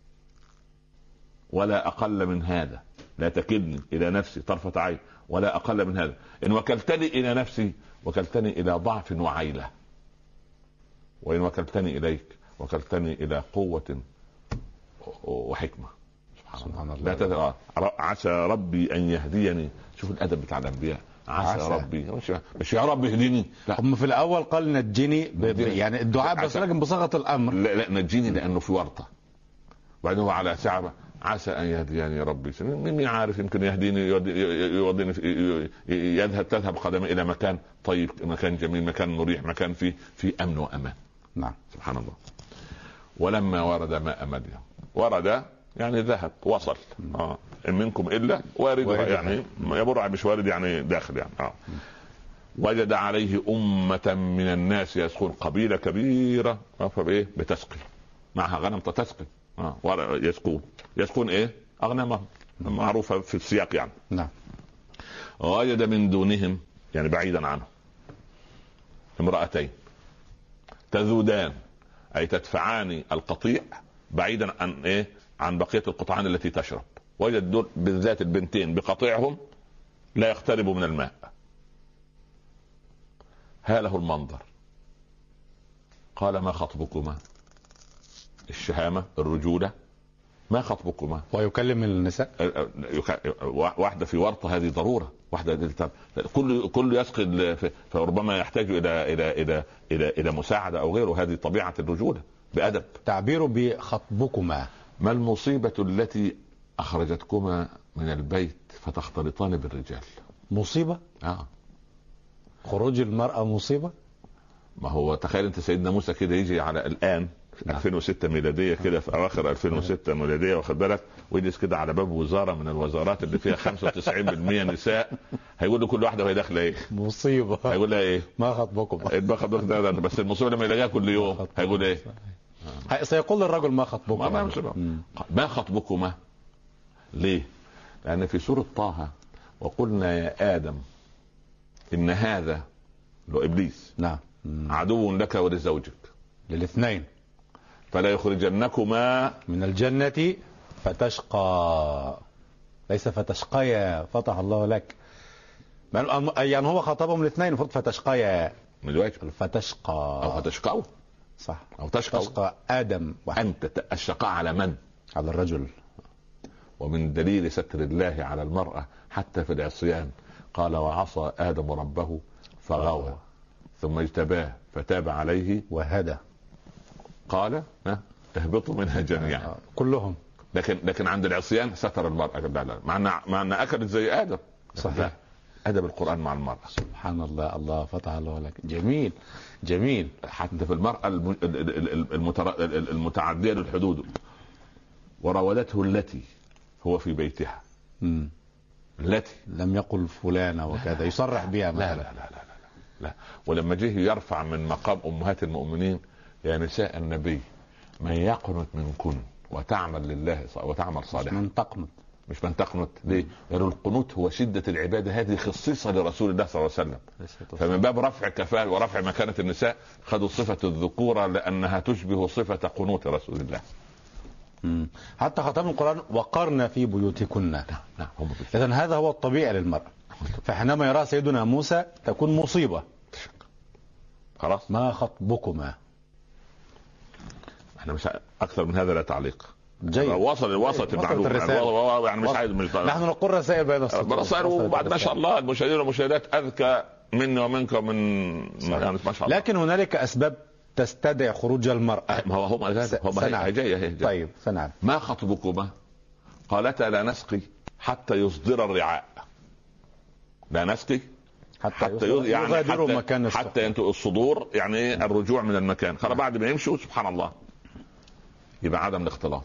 ولا أقل من هذا، لا تكلني إلى نفسي طرفة عين ولا أقل من هذا. إن وكلتني إلى نفسي وكلتني إلى ضعف وعيلة، وإن وكلتني إليك وكلتني إلى قوة وحكمة. سبحان الله. لا تدرى عسى ربي ان يهديني. شوف الادب بتاع الانبياء. عسى, عسى ربي مش, مش يا رب اهديني، هم في الاول قال نجيني ب... يعني الدعاء بس لكن بصيغه الامر. لا لا نجيني لانه في ورطه، وبعدين هو على سعبه عسى ان يهديني ربي. مين عارف يمكن يهديني يوديني يذهب تذهب قدمي الى مكان طيب، مكان جميل، مكان مريح، مكان فيه في امن وامان. نعم سبحان الله. ولما ورد ماء مدين، ورد يعني ذهب وصل. اه ان منكم الا واردها، يعني يمر مش وارد يعني داخل يعني. اه وجد عليه أمة من الناس يسقون، قبيلة كبيرة واقفة بايه؟ بتسقي، معها غنم تسقي. اه يسقون يسقون ايه؟ اغنامهم، معروفة في السياق يعني. نعم. وجد من دونهم يعني بعيدا عنه امرأتين تذودان، اي تدفعان القطيع بعيدا عن ايه؟ عن بقية القطعان التي تشرب. وجد دول بالذات البنتين بقطيعهم لا يقتربوا من الماء. هاله المنظر، قال ما خطبكما؟ الشهامة الرجولة، ما خطبكما؟ ويكلم النساء واحدة في ورطة، هذه ضرورة. واحدة كل كل يسقي، فربما يحتاج إلى إلى إلى إلى إلى مساعدة أو غيره. هذه طبيعة الرجولة بأدب. تعبيره بخطبكما. ما المصيبة التي أخرجتكما من البيت فتختلطان بالرجال؟ مصيبة؟ آه. خروج المرأة مصيبة؟ ما هو تخيل انت سيدنا موسى كده يجي على الآن في نعم. ألفين وستة ميلادية كده، في أواخر ألفين وستة ميلادية، واخد بالك، ويجلس كده على باب وزارة من الوزارات اللي فيها خمسة وتسعين بالمئة نساء، هيقول له كل واحدة وهي داخلة ايه؟ مصيبة. هيقول لها ايه؟ ما خطبكم؟ ما خطبكم ده, ده بس المصيبة لما يلاقيها كل يوم هيقول ايه؟ آه. سيقول للرجل ما خطبكم؟ ما, ما, ما خطبكما؟ ليه؟ لأن في سورة طه وقلنا يا آدم إن هذا لو إبليس نعم عدو لك ولزوجك، للاثنين، فلا يخرجنكما من الجنة فتشقى، ليس فتشقيا فتح الله لك، يعني هو خطبهم الاثنين، المفروض فتشقيا من الواجب فتشقى أو فتشقوا، صح، أو تشقوا. تشقى آدم وحد. أنت الشقاء على من؟ على الرجل. ومن دليل ستر الله على المرأة حتى في العصيان قال وعصى آدم ربه فغوى ثم اجتباه فتاب عليه وهدى، قال اهبطوا منها جميعا كلهم. لكن لكن عند العصيان ستر المرأة، لا لا مع انها مع انها اكلت زي آدم. صحيح. أدب القرآن مع المرأة. سبحان الله، الله فتح الله لك. جميل جميل. حتى في المرأة المتعدية للحدود، وراودته التي هو في بيتها. مم. التي لم يقل فلانة وكذا، يصرح بها مثلا. لا لا لا لا لا, لا. ولما جه يرفع من مقام أمهات المؤمنين يا نساء النبي من يقنت منكن وتعمل لله وتعمل صالحا. من تقنط، مش من تقنط. ليه؟ لأن القنوت هو شدة العبادة، هذه خصيصة لرسول الله صلى الله عليه وسلم. فمن باب رفع كفاءة ورفع مكانة النساء خذوا صفة الذكورة لأنها تشبه صفة قنوت رسول الله. مم. حتى ختم القرآن وقرن في بيوتكن. نعم نعم. إذن هذا هو الطبيعي للمرأة، فحينما يرى سيدنا موسى تكون مصيبة. خلاص. ما خطبكما؟ احنا مش اكثر من هذا لا تعليق. جيد. وصل وصلت المعلومه يعني مش عايز مش نحن نقول رسائل بين الرسائل، وبعد ما شاء الله المشاهدين والمشاهدات اذكى مني ومنك من يعني ما شاء الله. لكن هنالك اسباب تستدعي خروج المرأة. ما هو هم هم هي جايه هي جايه. طيب سنعم. ما خطبكما؟ قالتا لا نسقي حتى يصدر الرعاء. لا نسقي حتى, حتى يغ... يعني حتى, مكان حتى ينتهي الصدور، يعني الرجوع من المكان. خلاص بعد ما يمشوا سبحان الله يبقى عدم الاختلاط.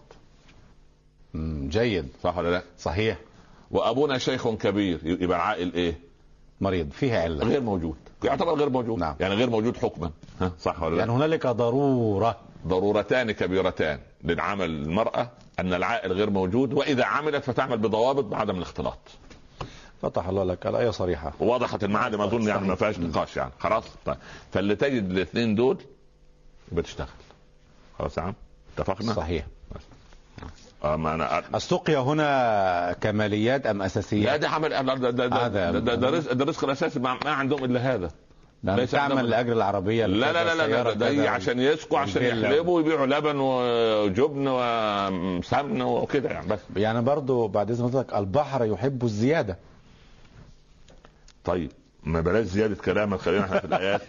جيد. صح ولا لا؟ صحيح. وابونا شيخ كبير يبقى العائل ايه؟ مريض، فيها علة، غير موجود، يعتبر غير موجود. نعم. يعني غير موجود حكما. ها صح ولا لا؟ يعني هنالك ضرورة، ضرورتان كبيرتان للعمل المرأة، ان العائل غير موجود، واذا عملت فتعمل بضوابط بعدم الاختلاط. فتح الله لك، الآية صريحة ووضحت المعادم اظن، يعني ما فيهاش نقاش يعني. خلاص طيب. فاللي تجد الاثنين دول يبقى تشتغل. خلاص يا عم اتفقنا. صحيح. أنا... السقيا هنا كماليات ام اساسيات؟ لا ده عمل ده ده ده, ده, ده, ده رزق، ده رزق الاساسي، ما عندهم الا هذا. ليس تعمل لاجل العربيه. لا لا لا لا ده, ده عشان يسقوا، عشان يحلبوا ويبيعوا لبن وجبن وسمن وكده يعني. بس يعني برضو بعد اذن حضرتك البحر يحب الزياده. طيب ما بلاش زياده كلامك، خلينا احنا في الايات.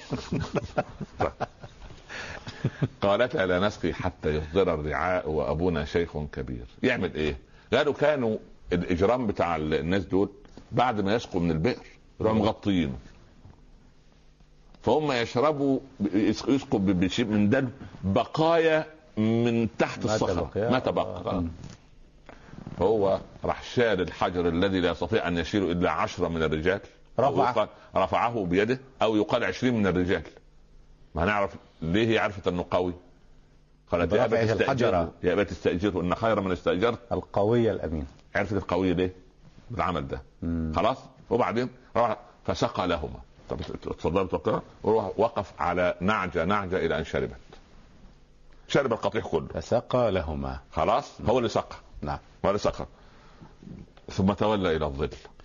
قالت لا نسقي حتى يصدر الرعاء وابونا شيخ كبير. يعمل ايه؟ قالوا كانوا الاجرام بتاع الناس دول بعد ما يسقوا من البئر يروحوا مغطيينه، فهم يشربوا يسقوا بشيء من دم بقايا من تحت الصخر ما تبقى. فهو راح شال الحجر الذي لا يستطيع ان يشيله الا عشرة من الرجال، رفعه رفعه بيده، او يقال عشرين من الرجال. ما هنعرف ليه هي عرفت انه قوي. قالت يا ابا تستاجره يا ابا تستاجره ان خير من استاجرت القوي الامين. عرفت القوي ليه؟ بالعمل ده. مم. خلاص. وبعدين فسقى لهما. طب تصدرت وقتها ووقف على نعجه نعجه الى ان شربت. شرب القطيع كله. فسقى لهما. خلاص. هو اللي سقى. نعم. هو اللي سقى. ثم تولى الى الظل.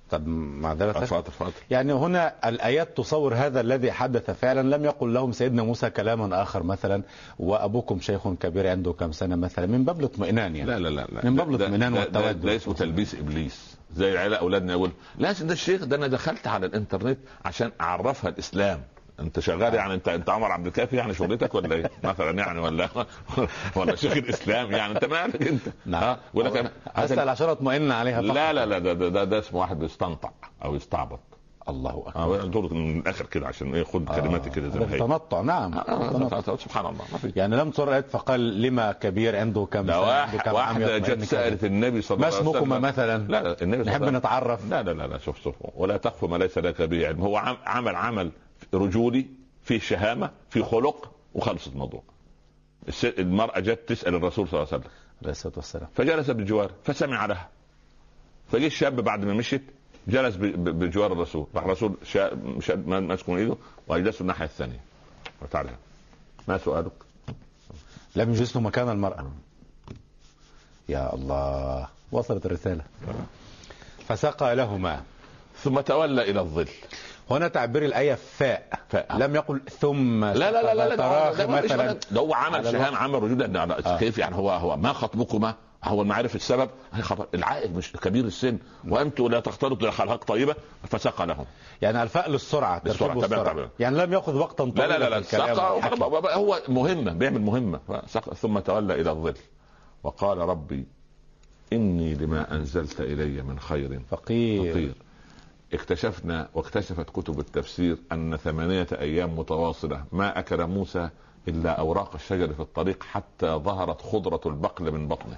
طب معذرة، اتفضل اتفضل. يعني هنا الآيات تصور هذا الذي حدث فعلا. لم يقل لهم سيدنا موسى كلاما آخر مثلا وأبوكم شيخ كبير عنده كم سنة مثلا، من باب الاطمئنان يعني. لا لا لا, لا. من باب الاطمئنان والتودد. ده اسمه تلبيس إبليس. زي العيله اولادنا يقول لازم ده الشيخ ده، انا دخلت على الانترنت عشان اعرفها الاسلام. انت شغال يعني، انت انت عمر عبد الكافي يعني شغلتك ولا ايه مثلا يعني، ولا ولا شيخ الاسلام يعني، انت مالك انت؟ نعم. ولا كان اسال عشان اطمئن عليها فقط. لا لا لا ده, ده, ده, ده اسمه واحد بيستنطع او يستعبط. الله اكبر. دورك من الاخر كده عشان ايه، خد كلماتي كده زي ما هي. تنطع. نعم. آه سبحان الله. ما في يعني لم تر فقال لما كبير عنده كم سنه. واحد واحده جت سالت النبي صلى الله عليه وسلم ما اسمكما مثلا. لا لا النبي نحب نتعرف. لا لا لا لا شوف شوف ولا تخف ما ليس لك به علم. هو عمل عمل رجولي في شهامه في خلق وخلص الموضوع. المراه جت تسال الرسول صلى الله عليه وسلم عليه الصلاه والسلام، فجلس بجواره فسمع لها. فجي الشاب بعد ما مشت جلس بجوار الرسول، راح الرسول ماسكه من ايده وجلسه الناحيه الثانيه. وتعالى ما سؤالك؟ لم يجلسه مكان المراه. يا الله، وصلت الرساله. فسقى لهما ثم تولى الى الظل. هنا تعبير الآية فاء. فاء. لم يقل ثم. لا لا لا لا, لا ده مثلا. ده هو عمل شهام، عمل رجول. آه. كيف يعني؟ هو هو ما خطبكما؟ هو المعرفة السبب. العائد مش كبير السن وانتم لا تختلطوا الاخلاق طيبه. فسقى لهم. يعني الفاء للسرعه، للسرعة. السرعة. يعني لم ياخذ وقتا طويلا. لا لا لا, لا. سقى هو مهمه، بيعمل مهمه. ثم تولى الى الظل وقال ربي اني لما انزلت الي من خير فقير, فقير. اكتشفنا واكتشفت كتب التفسير ان ثمانية ايام متواصلة ما اكل موسى الا اوراق الشجر في الطريق حتى ظهرت خضرة البقل من بطنه.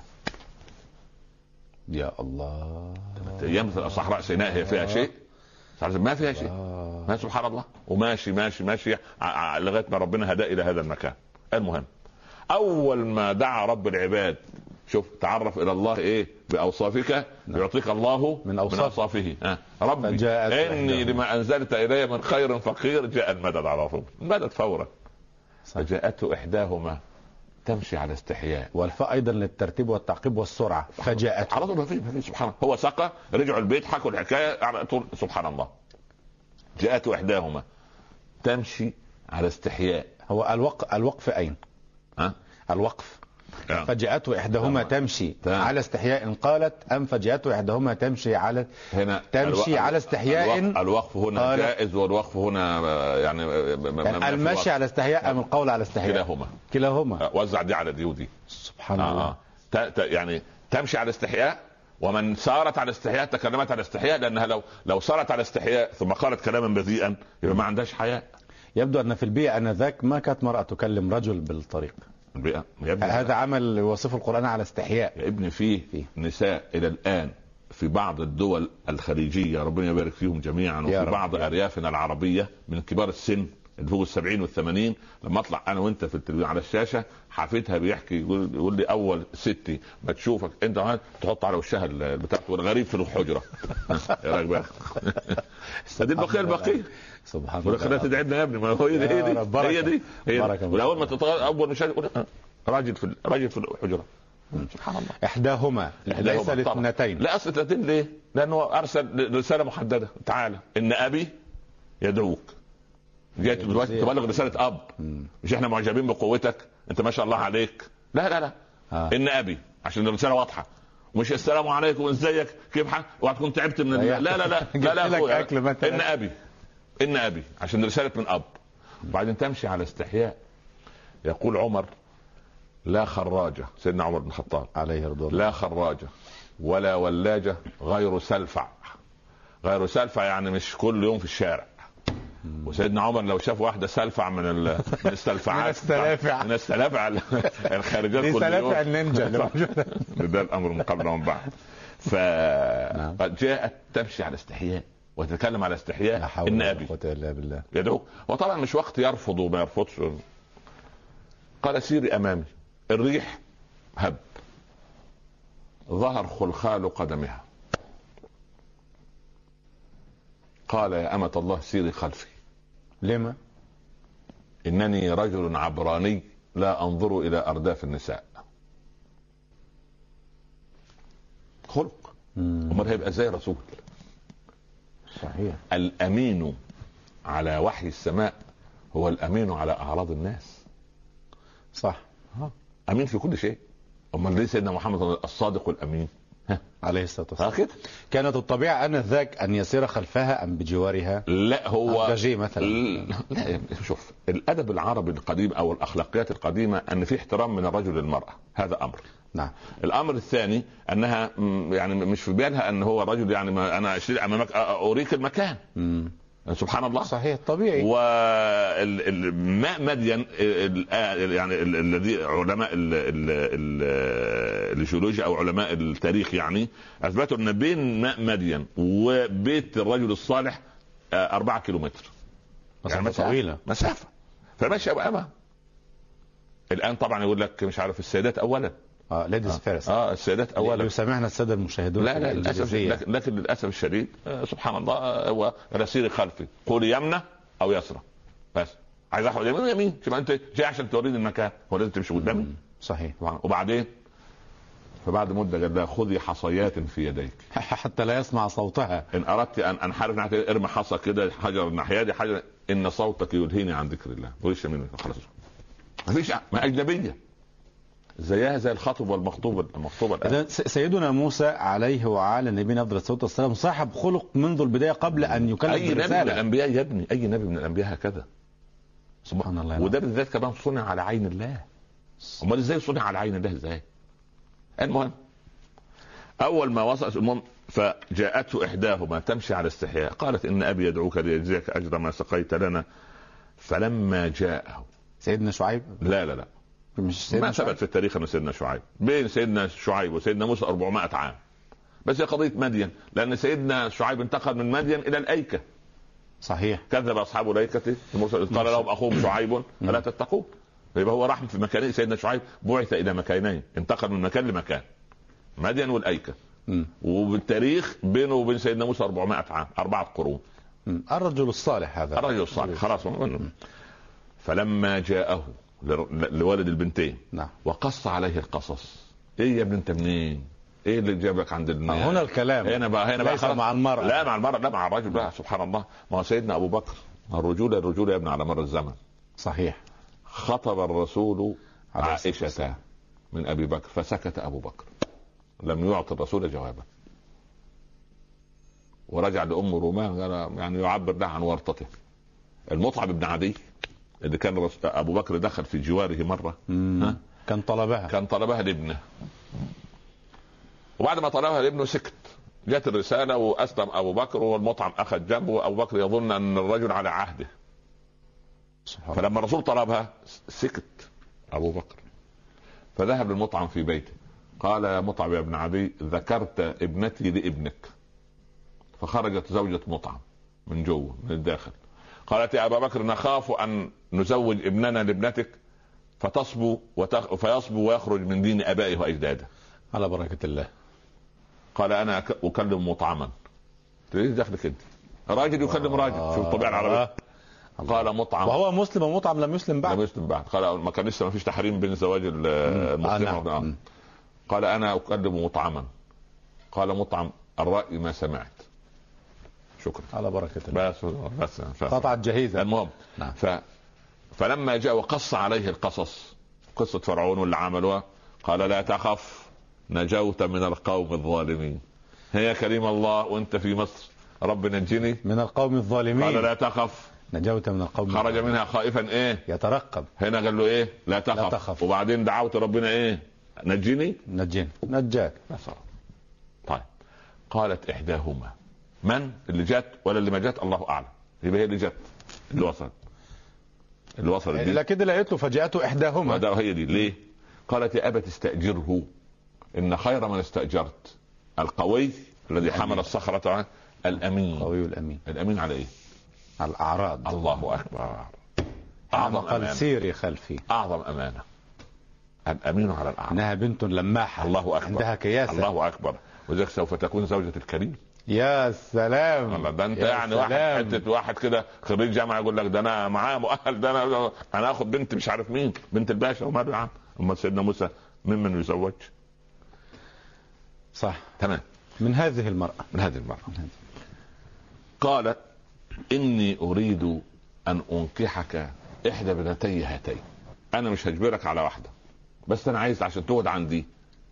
يا الله. ايام صحراء سيناء هي فيها شيء؟ ما فيها شيء. ما سبحان الله. وماشي ماشي ماشي لغاية ما ربنا هداه الى هذا المكان. المهم اول ما دعا رب العباد، شوف تعرف الى الله ايه باوصافك يعطيك الله من, أوصاف. من اوصافه. آه. ربي اني لما انزلت الي من خير فقير. جاء المدد على طول، المدد فورا. فجاءته احداهما تمشي على استحياء. والفاء ايضا للترتيب والتعقيب والسرعه. فجاءته على طول. ما في سبحان الله. هو سقى، رجعوا البيت حكوا الحكايه على طول. سبحان الله. جاءته احداهما تمشي على استحياء. هو الوقف الوقف اين؟ ها؟ الوقف. يعني. فجاءته احداهما تمشي تمام. على استحياء قالت ام فجاءته احداهما تمشي على هنا تمشي الو... على استحياء. الوقف, الوقف هنا قالت... جائز، والوقف هنا يعني, يعني المشي على استحياء ام القول على استحياء؟ كلاهما كلاهما. وزع دي على دي ودي. سبحان آه. الله. ت... ت... يعني تمشي على استحياء، ومن سارت على استحياء تكلمت على استحياء، لانها لو لو سارت على استحياء ثم قالت كلاما بذيئا يبقى ما عندهاش حياء. يبدو ان في البيئه انذاك ما كانت مرأة تكلم رجل بالطريق. البيئة. هذا عمل يوصف القرآن على استحياء. يا ابني فيه, فيه نساء الى الان في بعض الدول الخليجيه ربنا يبارك فيهم جميعا، وفي بعض اريافنا العربيه من كبار السن اللي فوق السبعين والثمانين، لما اطلع انا وانت في التلفزيون على الشاشه حفيدها بيحكي يقول, يقول لي اول ستي ما تشوفك انت تحط على وشها البتاع غريب في الحجره. ايه رايك بقى؟ دي البقيه البقيه. سبحان الله. خليها تدعي يا ابني. ما هو هي دي هي دي هي دي, هي دي. واول ما تتغير اول مش راجل في راجل في الحجره. سبحان الله. احداهما ليس الاثنتين. لا اصل اثنتين ليه؟ لانه ارسل رساله محدده. تعالى ان ابي يدعوك. جاءت دلوقتي تبلغ رساله اب. مش احنا معجبين بقوتك انت ما شاء الله عليك. لا لا لا آه. ان ابي عشان الرساله واضحه. مش السلام عليكم ازيك كيف حالك وهتكون تعبت من لا لا لا لا لا, لا ان ابي ان ابي عشان رساله من اب. وبعدين تمشي على استحياء. يقول عمر لا خراجه، سيدنا عمر بن الخطاب عليه رضوان، لا خراجه ولا ولاجه غير سلفع. غير سلفع يعني مش كل يوم في الشارع. وسيدنا عمر لو شاف واحده سلفع من ال... من السلفعات من السلافع من السلافع الخارجات كل يوم سلافع النينجا. ده الامر من قبل ومن بعد. فجاءت تمشي على استحياء وتتكلم على استحياء. ان ابي يدعوك. وطبعا مش وقت يرفض وما يرفضش. قال سيري امامي. الريح هب ظهر خلخال قدمها. قال يا أمة الله سيري خلفي. لما؟ إنني رجل عبراني لا أنظر إلى أرداف النساء. خلق. أمال هيبقى زي رسول. صحيح. الامين على وحي السماء هو الامين على اعراض الناس. صح. ها. امين في كل شيء. امال ليه سيدنا محمد الصادق الامين عليه الصلاة والسلام كده؟ كانت الطبيعة آنذاك أن يسير خلفها أم بجوارها؟ لا هو مثلا. لا شوف، الأدب العربي القديم أو الأخلاقيات القديمة أن في احترام من الرجل للمرأة، هذا أمر. نعم. الأمر الثاني أنها يعني مش في بالها أن هو رجل، يعني ما أنا أشير أمامك أريك المكان. مم. سبحان الله. صحيح طبيعي. والماء مدين يعني الذي علماء الجيولوجيا او علماء التاريخ يعني اثبتوا ان بين ماء مدين وبيت الرجل الصالح أربعة كيلومتر. مسافة يعني طويلة. مسافة. فماشي ابو اما. الان طبعا يقول لك مش عارف السيدات اولا. اه ليديز فيرست. اه السيدات اولا. يسامحنا الساده المشاهدون. لا لا للاسف، لكن, لكن للاسف الشديد آه سبحان الله هو رسيري خلفي، قولي يمنى او يسرى بس. عايز احول يمين يمين، شوف انت جاي عشان توريني المكان، هو لازم تمشي قدامي. صحيح. وبعدين فبعد مده قال لها خذي حصيات في يديك حتى لا يسمع صوتها. ان اردت ان انحرف ناحيه ارمي حصى كده، حجر ناحيه دي حجر، ان صوتك يلهيني عن ذكر الله. قوليش يمين خلاص. ما فيش، ما اجنبيه زيها زي الخطب والمخطوبه المخطوبه الآن. سيدنا موسى عليه وعلى نبينا افضل الصلاه والسلام صاحب خلق منذ البدايه قبل ان يكلم اي نبي من الانبياء يا ابني، اي نبي من الانبياء هكذا سبحان الله. وده بالذات كمان صنع على عين الله. امال ازاي صنع على عين الله ازاي؟ المهم اول ما وصل المهم فجاءته احداهما تمشي على استحياء قالت ان ابي يدعوك ليجزيك اجر ما سقيت لنا. فلما جاءه سيدنا شعيب، لا لا لا مش سيدنا ما ثبت في التاريخ ان سيدنا شعيب، بين سيدنا شعيب وسيدنا موسى أربعمائة عام، بس هي قضيه مدين، لان سيدنا شعيب انتقل من مدين الى الايكه. صحيح. كذب اصحاب الايكه قال لهم اخوهم شعيب فلا تتقون. فيبقى هو راح في مكانين، سيدنا شعيب بعث الى مكانين، انتقل من مكان لمكان، مدين والايكه. م. وبالتاريخ بينه وبين سيدنا موسى أربعمائة عام، اربعه قرون. م. الرجل الصالح هذا، الرجل الصالح خلاص. فلما جاءه لولد البنتين نعم. وقص عليه القصص. ايه يا ابن انت منين؟ ايه اللي جابك عند الناس؟ هنا الكلام هنا بقى هنا ليس بقى مع المرأة. لا مع المرأة، لا مع الرجل بقى. سبحان الله. ما هو سيدنا ابو بكر الرجولة الرجولة يا ابن على مر الزمن. صحيح. خطب الرسول عائشة من ابي بكر فسكت ابو بكر، لم يعطي الرسول جوابا، ورجع لام رومان يعني يعبر له عن ورطته. المطعم بن عدي اللي كان ابو بكر دخل في جواره مره ها؟ كان طلبها كان طلبها لابنه، وبعد ما طلبها لابنه سكت. جاءت الرساله واسلم ابو بكر والمطعم اخذ جنبه، وابو بكر يظن ان الرجل على عهده. فلما الرسول طلبها سكت ابو بكر، فذهب للمطعم في بيته قال يا مطعم يا ابن عدي ذكرت ابنتي لابنك. فخرجت زوجة مطعم من جوه من الداخل قالت يا ابا بكر نخاف ان نزوج ابننا لابنتك فتصبو وتخ... فيصبو ويخرج من دين ابائه واجداده. على بركه الله. قال انا اكلم مطعما. ليش دخلك انت؟ راجل يكلم راجل. آه شوف الطبيعه العربيه. قال مطعم، وهو مسلم ومطعم لم يسلم بعد. لم يسلم بعد. قال ما كان لسه ما فيش تحريم بين زواج المسلم. آه نعم. قال انا اكلم مطعما. قال مطعم الراي ما سمعت. شكرا. على بركة الله. بس بس قطعت جهيزة. المهم نعم. ف... فلما جاء وقص عليه القصص قصة فرعون واللي عملوها قال لا تخف نجوت من القوم الظالمين. هي كريم الله وانت في مصر رب نجني من القوم الظالمين. قال لا تخف نجوت من القوم. خرج منها خائفا ايه يترقب. هنا قال له ايه لا تخف, لا تخف. وبعدين دعوت ربنا ايه نجني نجني نجاك. طيب قالت احداهما. من اللي جات ولا اللي ما جات الله اعلم. يبقى هي اللي جات اللي وصلت اللي وصلت دي. لا كده لقيت له فجاءته احداهما. ده هي دي. ليه؟ قالت يا ابت استاجره ان خير من استاجرت القوي الذي حمل الصخره الامين. القوي الامين. الامين على ايه؟ على الاعراض. الله اكبر. اعظم امانه. سيري خلفي. اعظم امانه الامين على الاعراض. انها بنت لماحه. الله اكبر. عندها كياسه. الله اكبر. وذلك سوف تكون زوجة الكريم. يا سلام. والله ده انت يعني واحد حته واحد كده خريج جامعه يقول لك ده انا معاه مؤهل، ده انا انا اخد بنت مش عارف مين، بنت الباشا وماله يا عم. اما سيدنا موسى ممن يزوج. صح. تمام. من هذه المراه. من هذه المراه. قالت إني أريد أن أنكحك إحدى بنتي هاتين. أنا مش هجبرك على واحدة، بس أنا عايز عشان تقعد عندي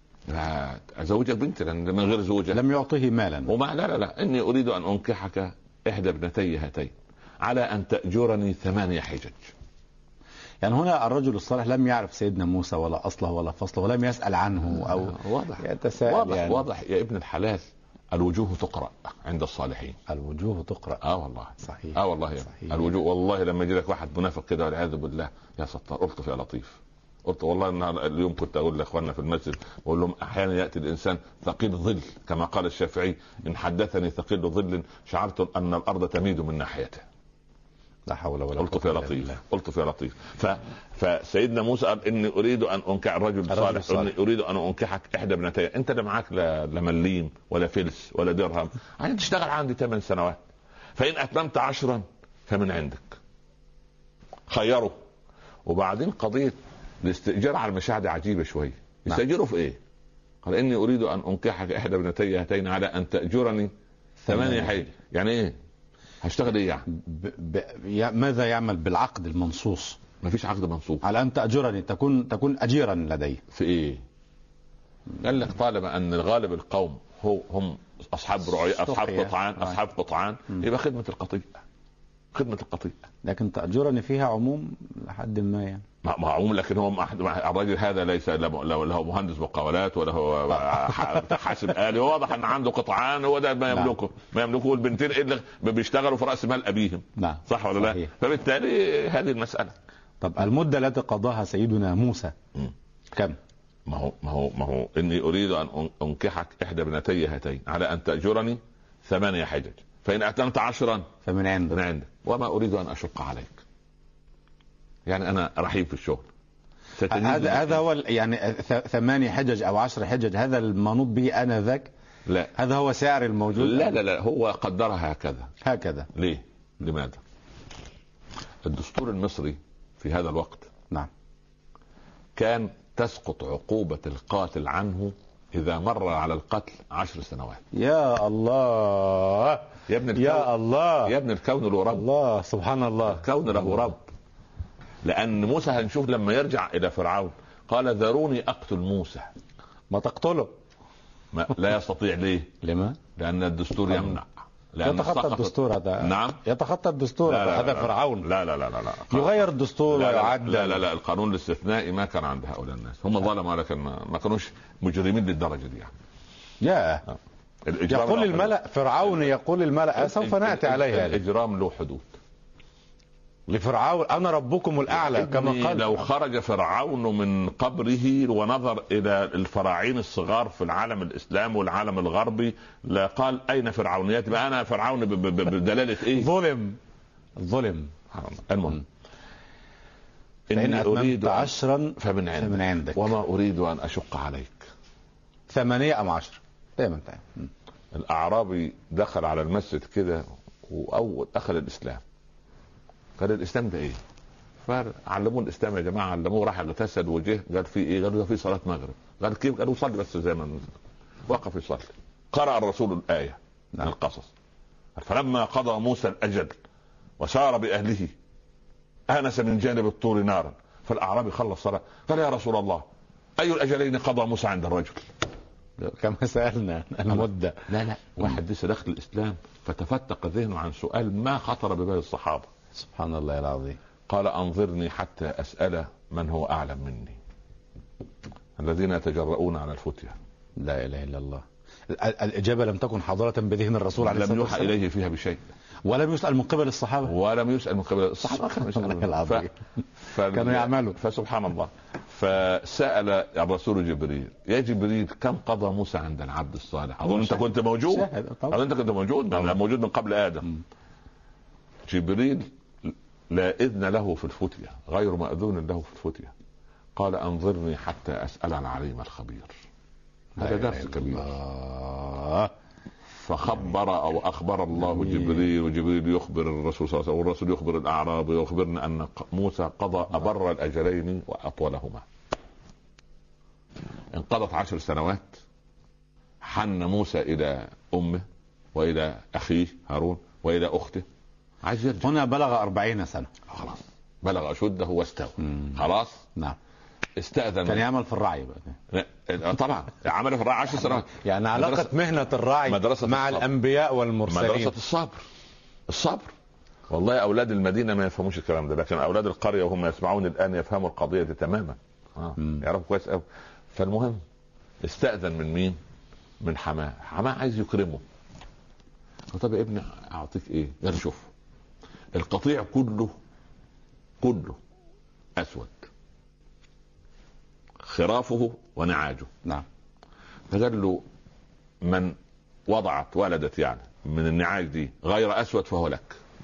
أزوجك بنت، لأن من غير زوجة لم يعطيه مالا وما لا لا لا إني أريد أن أنكحك إحدى ابنتي هاتين على أن تأجرني ثمانية حجج. يعني هنا الرجل الصالح لم يعرف سيدنا موسى ولا أصله ولا فصله ولم يسأل عنه أو واضح يتساءل. واضح, يعني واضح يا ابن الحلال، الوجوه تقرأ عند الصالحين. الوجوه تقرأ. اه والله صحيح. اه والله صحيح. الوجوه. والله لما يجي لك واحد منافق كده والعياذ بالله، يا ستار الطف يا لطيف. قلت والله ان اليوم كنت اقول لاخواننا في المسجد، واقول لهم احيانا ياتي الانسان ثقيل الظل كما قال الشافعي: ان حدثني ثقيل ظل شعرت ان الارض تميد من ناحيته. لا حول ولا قلت يا لطيف قلت يا لطيف ف... فسيدنا موسى قال اني اريد ان انكح الرجل الصالح، اني اريد ان انكحك احدى ابنتي. انت لا معاك لا مليم ولا فلس ولا درهم، عايز تشتغل عندي ثمان سنوات، فان اتممت عشرا فمن عندك. خيره. وبعدين قضيه الاستئجار على المشاهد عجيبه شويه. يستاجروا في ايه؟ قال اني اريد ان انكحك احدى ابنتي هاتين على ان تاجرني ثمانية حجج. يعني ايه؟ هشتغل ايه يعني؟ ب... ب... ماذا يعمل بالعقد المنصوص؟ ما فيش عقد منصوص. على أن تأجرني، تكون تكون أجيرا لدي في ايه؟ قال لك طالما ان غالب القوم هو هم اصحاب رعي، اصحاب قطعان، اصحاب قطعان، يبقى خدمه القطيع، خدمه القطيع. لكن تأجرني فيها عموم لحد ما يعني ما عموم، لكن هو الراجل هذا ليس له مهندس مقاولات ولا هو حاسب آلي. واضح ان عنده قطعان، هو ده ما يملكه ما يملكه البنتين اللي بيشتغلوا في راس مال ابيهم. نعم. صح ولا لا؟ فبالتالي هذه المساله. طب المده التي قضاها سيدنا موسى م. كم؟ ما هو ما هو ما هو اني اريد ان انكحك احدى ابنتي هاتين على ان تأجرني ثمانية حجج، فان اتممت عشرا فمن عندك. من عندك وما اريد ان اشق عليك. يعني انا رحيم في الشغل. هذا هذا هو يعني ثمانية حجج او عشر حجج، هذا المنوط به انذاك؟ لا، هذا هو سعر الموجود. لا لا لا، هو قدرها هكذا. هكذا. ليه؟ لماذا؟ الدستور المصري في هذا الوقت نعم كان تسقط عقوبة القاتل عنه إذا مر على القتل عشر سنوات. يا الله يا ابن الكون، يا الله يا ابن الكون له رب. الله سبحان الله. الكون له رب. لأن موسى هنشوف لما يرجع إلى فرعون قال ذروني أقتل موسى. ما تقتله. ما لا يستطيع. ليه؟ لما؟ لأن الدستور يمنع. يتخطى الدستور هذا. نعم يتخطى الدستور هذا. فرعون لا لا لا لا, لا. يغير الدستور ويعدل. لا, لا لا لا القانون الاستثنائي ما كان عند هؤلاء الناس. هم ظلموا لكن ما كانوش مجرمين للدرجة دي يعني. يا يقول الملأ فرعون يقول الملأ سوف نأتي عليها. الإجرام له حدود. لفرعون انا ربكم الاعلى كما قال. لو خرج فرعون من قبره ونظر الى الفراعين الصغار في العالم الاسلامي والعالم الغربي لقال اين فرعونيات؟ ما انا فرعون بدلاله ايه؟ ظلم ظلم. المهم إن اريد عشرا فمن عندك, فمن عندك وما اريد ان اشق عليك. ثمانية ام عشر دائما. الاعرابي دخل على المسجد كده واول دخل الاسلام قال الاسلام ده ايه؟ فعلموه الاسلام يا جماعه، علموه، راح اغتسل وجه قال في ايه؟ قالوا في صلاه مغرب. قال كيف؟ قالوا صلي بس زي ما وقف يصلي. قرأ الرسول الايه من القصص. فلما قضى موسى الاجل وسار باهله انس من جانب الطور نارا. فالاعرابي خلص صلاه قال يا رسول الله اي الاجلين قضى موسى عند الرجل؟ كما سالنا المده. لا لا واحد لسه داخل الاسلام فتفتق ذهنه عن سؤال ما خطر ببال الصحابه. سبحان الله العظيم. قال انظرني حتى اسال من هو اعلم مني. الذين يتجرؤون على الفتيا. لا اله الا الله. الاجابه لم تكن حاضره بذهن الرسول عليه الصلاه والسلام. لم يوحى اليه فيها بشيء. ولم يسال من قبل الصحابه. ولم يسال من قبل الصحابه. ف... ف... كانوا يعملوا. فسبحان الله. فسال الرسول جبريل يا جبريل كم قضى موسى عند العبد الصالح؟ اظن انت كنت موجود. اظن انت كنت موجود. موجود من قبل ادم. م. جبريل لا إذن له في الفتية، غير مأذون له في الفتية. قال أنظرني حتى أسأل العليم الخبير. هذا درس كبير. فخبر أو أخبر الله جبريل، وجبريل يخبر الرسول صلى الله عليه وسلم، والرسول يخبر الأعراب ويخبرنا أن موسى قضى أبر الأجلين وأطولهما. انقضت عشر سنوات. حن موسى إلى أمه وإلى أخيه هارون والى اخته عايز يرجع. هنا بلغ أربعين سنة خلاص بلغ اشده واستوى خلاص. نعم. استأذن كان يعمل في الرعي بقى. طبعا عمل في الرعي عشر سنوات. يعني علاقة مهنة الرعي مع الصبر. الأنبياء والمرسلين مدرسة الصبر. الصبر والله أولاد المدينة ما يفهموش الكلام ده، لكن أولاد القرية وهم يسمعون الآن يفهموا القضية تماما. آه. يعرفوا كويس قوي. فالمهم استأذن من مين؟ من حماه. حماه عايز يكرمه. طب يا ابني أعطيك إيه؟ قال شوف القطيع كله كله أسود، خرافه ونعاجه. نعم. فقال له من وضعت ولدت يعني من النعاج دي غير أسود فهو لك.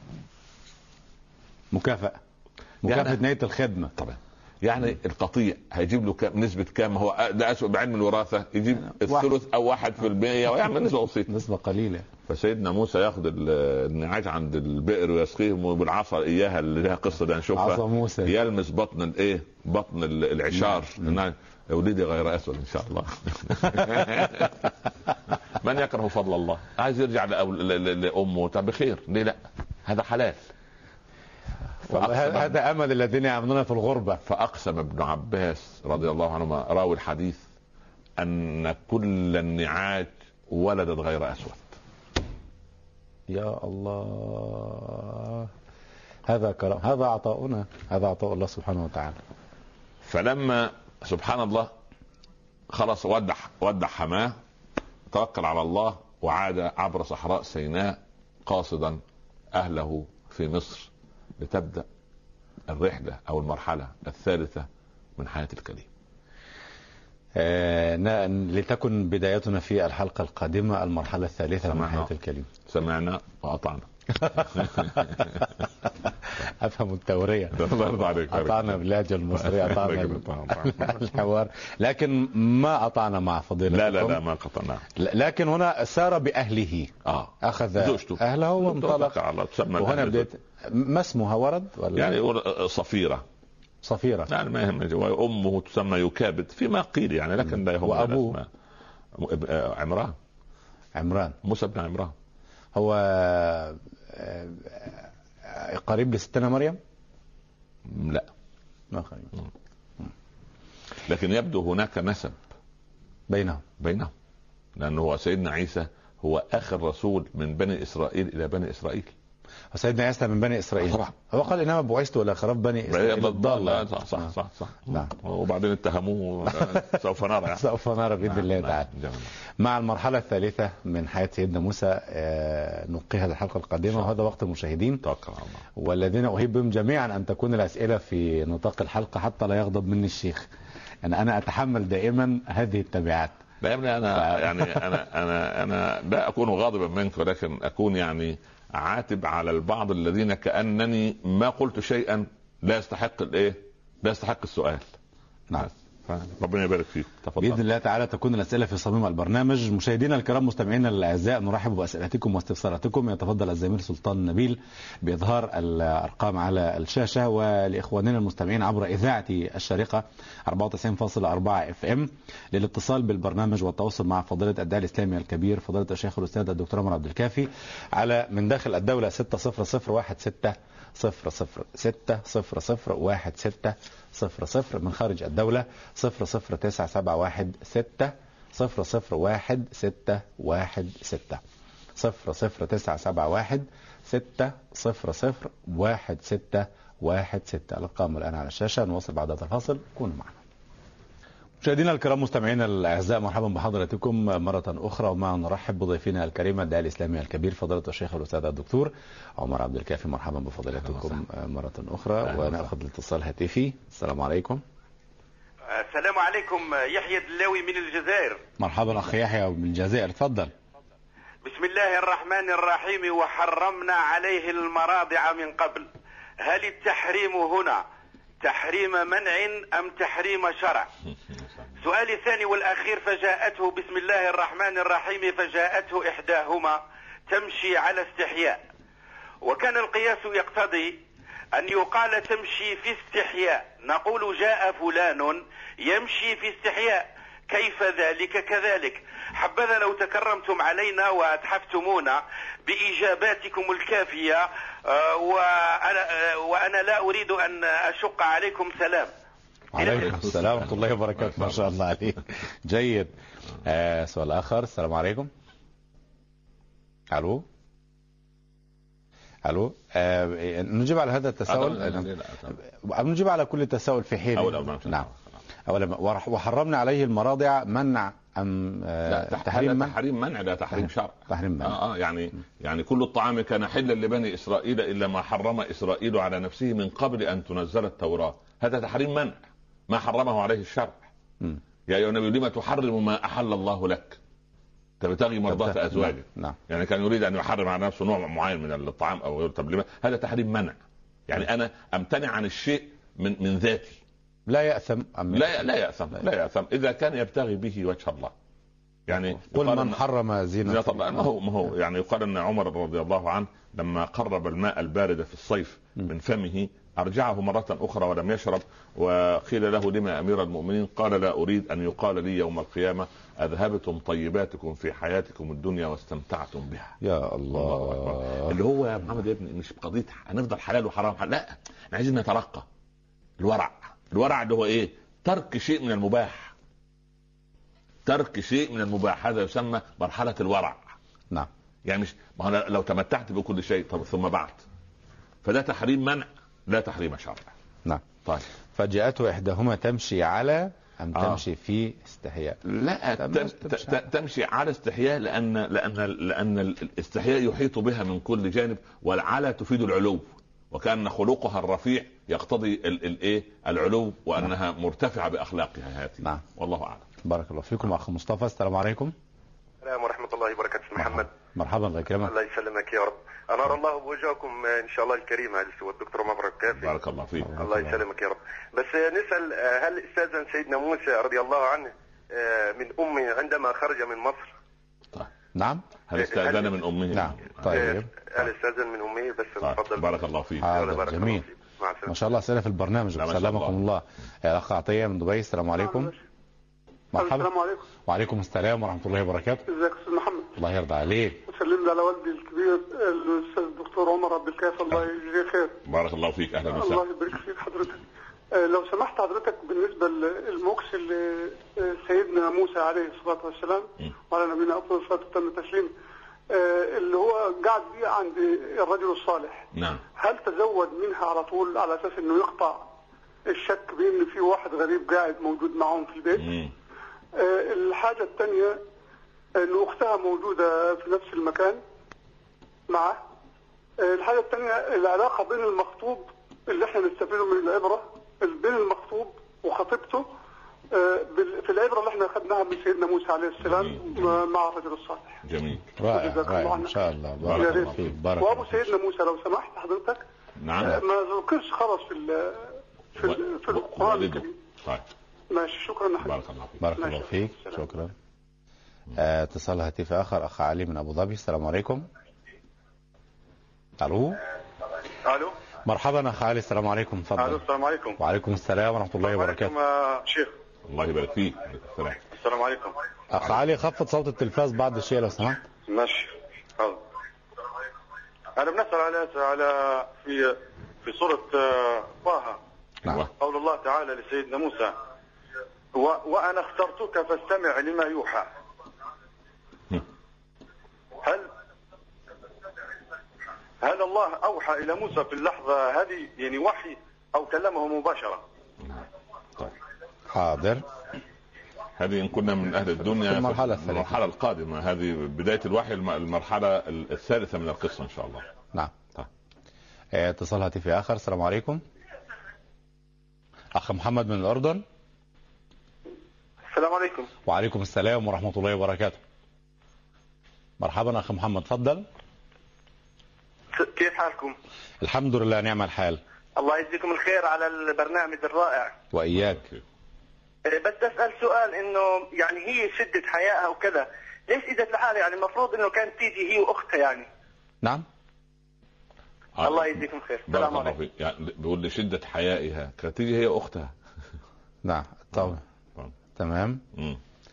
مكافأة مكافأة يعني نهاية الخدمة. طبعا يعني م. القطيع هيجيب له كام نسبة كام؟ هو ده أسود بعلم الوراثة يجيب الثلث أو واحد في المية ويعمل نسبة بسيطة نسبة قليلة. فسيدنا موسى ياخذ النعاج عند البئر ويسقيه بالعصا اياها اللي لها قصه ده نشوفها. عصا موسى يلمس بطن الايه بطن العشار. يا وليدي غير اسود ان شاء الله. من يكره فضل الله؟ عايز يرجع لامه طب بخير ليه لا؟ هذا حلال. هذا امل الذين يعملون في الغربه. فاقسم ابن عباس رضي الله عنهما راوي الحديث ان كل النعاج ولدت غير اسود. يا الله، هذا كرم، هذا عطاؤنا، هذا عطاء الله سبحانه وتعالى. فلما سبحان الله خلص ودع ودع حماه توكل على الله وعاد عبر صحراء سيناء قاصدا اهله في مصر لتبدأ الرحلة او المرحلة الثالثة من حياة الكريم. آه لتكن بدايتنا في الحلقة القادمة المرحلة الثالثة من حياة الكريم. سمعنا وأطعنا. أفهم التورية. أطعنا باللهجة المصرية، أطعنا الحوار، لكن ما أطعنا مع فضيلتكم. لا لا لا ما قطعنا. لكن هنا سار بأهله. آه. أخذ زوجته. أهله وانطلق. وهنا بدأت. ما اسمها ورد ولا؟ يعني صفيرة. صفيرة. يعني ما يهم. وأمه تسمى يكابد فيما قيل يعني، لكن لا يهم. وأبوه عمران. عمران. موسى بن عمران. هو قريب لستنا مريم؟ لا ما قريب. لكن يبدو هناك نسب بينهم بينهم لأنه هو سيدنا عيسى هو آخر رسول من بني إسرائيل إلى بني إسرائيل. وسيدنا عيسى من بني إسرائيل طبعا. هو قال إنما بعثت إلى خراف بني إسرائيل الضالة. صح صح صح, صح. نعم. وبعدين اتهموه سوف نرى سوف نرى بإذن الله تعالى. مع المرحلة الثالثة من حياة سيدنا موسى نلقيها الحلقة القادمة، وهذا وقت المشاهدين والذين أهيب بهم جميعا أن تكون الأسئلة في نطاق الحلقة حتى لا يغضب مني الشيخ. يعني أنا أتحمل دائما هذه التبعات. لا يا ابني أنا ف... يعني أنا أنا أنا لا أكون غاضبا منك، ولكن أكون يعني عاتب على البعض الذين كأنني ما قلت شيئا لا يستحق الايه لا يستحق السؤال. نعم. ربنا يبارك فيك. تفضل. بإذن الله تعالى تكون الأسئلة في صميم البرنامج. مشاهدينا الكرام مستمعينا الأعزاء نرحب بأسئلتكم واستفساراتكم. يتفضل الزميل سلطان نبيل بإظهار الأرقام على الشاشة، ولإخواننا المستمعين عبر إذاعة الشارقة أربعة وتسعين فاصلة أربعة اف ام للاتصال بالبرنامج والتواصل مع فضيلة الداعية الإسلامي الكبير فضيلة الشيخ الأستاذ الدكتور عمر عبد الكافي على من داخل الدولة ستة صفر صفر واحد ستة صفر صفر ستة صفر صفر واحد ستة صفر صفر، من خارج الدولة صفر صفر تسعة سبعة واحد ستة صفر صفر واحد ستة واحد ستة صفر صفر تسعة سبعة واحد ستة صفر صفر واحد ستة واحد ستة. الأرقام الآن على الشاشة. نواصل بعد هذا الفاصل، كونوا معنا. مشاهدينا الكرام مستمعينا الاعزاء مرحبا بحضراتكم مره اخرى، ومع نرحب بضيفنا الكريم الداعي الاسلامي الكبير فضيله الشيخ الاستاذ الدكتور عمر عبد الكافي. مرحبا بفضيلتكم مره اخرى، وناخذ الاتصال هاتفي. السلام عليكم. السلام عليكم. يحيى الدلاوي من الجزائر. مرحبا اخي يحيى من الجزائر، تفضل. بسم الله الرحمن الرحيم. وحرمنا عليه المراضع من قبل، هل التحريم هنا تحريم منع أم تحريم شرع؟ سؤالي الثاني والأخير، فجاءته بسم الله الرحمن الرحيم فجاءته إحداهما تمشي على استحياء، وكان القياس يقتضي أن يقال تمشي في استحياء، نقول جاء فلان يمشي في استحياء، كيف ذلك كذلك؟ حبذا لو تكرمتم علينا وأتحفتمونا بإجاباتكم الكافية، وأنا, وأنا لا أريد أن أشق عليكم. سلام. عليكم السلام ورحمة الله وبركاته. ما شاء الله عليك. جيد. آه سؤال آخر. السلام عليكم. ألو ألو آه نجيب على هذا التساؤل. نجيب على كل تساؤل في حين. نعم. أولا وحرمنا عليه المراضع منع أم آه لا تحريم منع؟ تحريم منع لا تحريم شرع. تحريم منع. آه, آه يعني يعني كل الطعام كان حلا لبني إسرائيل إلا ما حرم إسرائيل على نفسه من قبل أن تنزل التوراة. هذا تحريم منع ما حرمه عليه الشرع. م. يا أيها النبي لما تحرم ما أحل الله لك تبتغي مرضات أزواجك. نعم. يعني كان يريد أن يحرم على نفسه نوع معين من الطعام أو غيره. طب لما؟ هذا تحريم منع. يعني أنا أمتنع عن الشيء من من ذاتي. لا يأثم. لا لا يأثم لا يأثم إذا كان يبتغي به وجه الله. يعني قل من حرم زينة الله. ما هو ما هو يعني يقال أن عمر رضي الله عنه لما قرب الماء البارد في الصيف من فمه أرجعه مرة أخرى ولم يشرب، وقيل له لما أمير المؤمنين؟ قال لا أريد أن يقال لي يوم القيامة أذهبتم طيباتكم في حياتكم الدنيا واستمتعتم بها. يا الله, الله اللي هو يا محمد يا ابني مش قضية هنفضل حلال وحرام حلال. لا، احنا عايزين نترقى. الورع الورع اللي هو ايه؟ ترك شيء من المباح. ترك شيء من المباح هذا يسمى مرحلة الورع. نعم. يعني مش ما هو لو تمتعت بكل شيء طب ثم بعد، فده تحريم منع لا تحريم شرع. نعم. طيب فجاءته إحداهما تمشي على أم آه. تمشي في استحياء؟ لا تم تمشي على استحياء لأن لأن لأن الاستحياء يحيط بها من كل جانب، والعلى تفيد العلو، وكأن خلقها الرفيع يقتضي الايه العلو وأنها نعم. مرتفعة بأخلاقها هذه. نعم. والله أعلم. بارك الله فيكم أخ مصطفى. السلام عليكم. السلام ورحمة الله وبركاته. محمد. مرحبا. الله يكرمك. الله يسلمك يا رب. أنار الله بوجهكم إن شاء الله الكريم على سوى الدكتور مبروك كافي. بارك الله فيك. الله يسلمك يا رب. بس نسأل هل استاذن سيدنا موسى رضي الله عنه من أمه عندما خرج من مصر؟ طيب. نعم. هل استاذن من أمه؟ نعم. طيب. هل استاذن من أمه؟ بس تفضل. طيب. بارك الله فيك. جميل. ما شاء الله أسئلة في البرنامج. سلامكم الله. الأخ عطية من دبي. السلام عليكم. مرحبا. السلام عليكم. وعليكم السلام ورحمة الله وبركاته. ازيك يا استاذ محمد؟ الله يرضى عليك. وسلم لي على والدي الكبير الاستاذ الدكتور عمر عبد الكافي، الله يجزيه خير. بارك الله فيك. اهلا وسهلا. الله يبارك فيك حضرتك. لو سمحت حضرتك بالنسبه للموكس اللي سيدنا موسى عليه الصلاه والسلام وعلى نبينا افضل الصلاه والتسليم اللي هو قاعد بيه عند الرجل الصالح. نعم. هل تزود منها على طول على اساس انه يقطع الشك بان في واحد غريب قاعد موجود معهم في البيت؟ مم. آه الحاجة الثانية أن أختها موجودة في نفس المكان معه. آه الحاجة الثانية العلاقة بين المخطوب اللي احنا نستفيده من العبرة بين المخطوب وخطيبته آه في العبرة اللي احنا أخذناها من سيدنا موسى عليه السلام. جميل. مع الرجل الصالح. جميل. رائع رائع إن شاء الله. بارك الله فيك. بارك الله. وأبو سيدنا موسى لو سمحت حضرتك. نعم. آه ما ذكرش خلاص في في, و... في القرآن الكريم. طيب. ماشي. شكرا لك. بارك الله فيك. بارك الله فيك. شكرا. اتصال هاتفي اخر اخ علي من ابو ظبي. السلام عليكم. الو. الو. مرحبا اخ علي. السلام عليكم. تفضل. الو. السلام عليكم. وعليكم السلام ورحمه الله وبركاته. السلام شيخ. الله يبارك فيك. السلام. السلام عليكم. اخ علي خفض صوت التلفاز بعض الشيء لو سمحت. ماشي. حاضر. انا بنسال على على في في سوره طه. نعم. قول الله تعالى لسيدنا موسى و... وأنا اخترتك فاستمع لما يوحى. هل هل الله أوحى إلى موسى في اللحظة هذه يعني وحي أو كلمه مباشرة؟ طيب. حاضر. هذه إن كنا من أهل الدنيا في المرحلة, المرحلة القادمة. هذه بداية الوحي المرحلة الثالثة من القصة إن شاء الله. نعم. طيب. اتصال هاتفي آخر. السلام عليكم. أخ محمد من الأردن. السلام عليكم. وعليكم السلام ورحمة الله وبركاته. مرحبا أخ محمد. تفضل. كيف حالكم؟ الحمد لله نعم الحال. الله يجزيكم الخير على البرنامج الرائع. وإياك. بس أسأل سؤال إنه يعني هي شدة حياءها وكذا ليش إجت لحالها؟ يعني المفروض إنه كانت تيجي هي وأختها يعني. نعم. آه. الله يجزيكم خير. السلام عليكم. يعني بيقول لشدة حيائها كانت تيجي هي أختها. نعم طبعا. تمام. مم.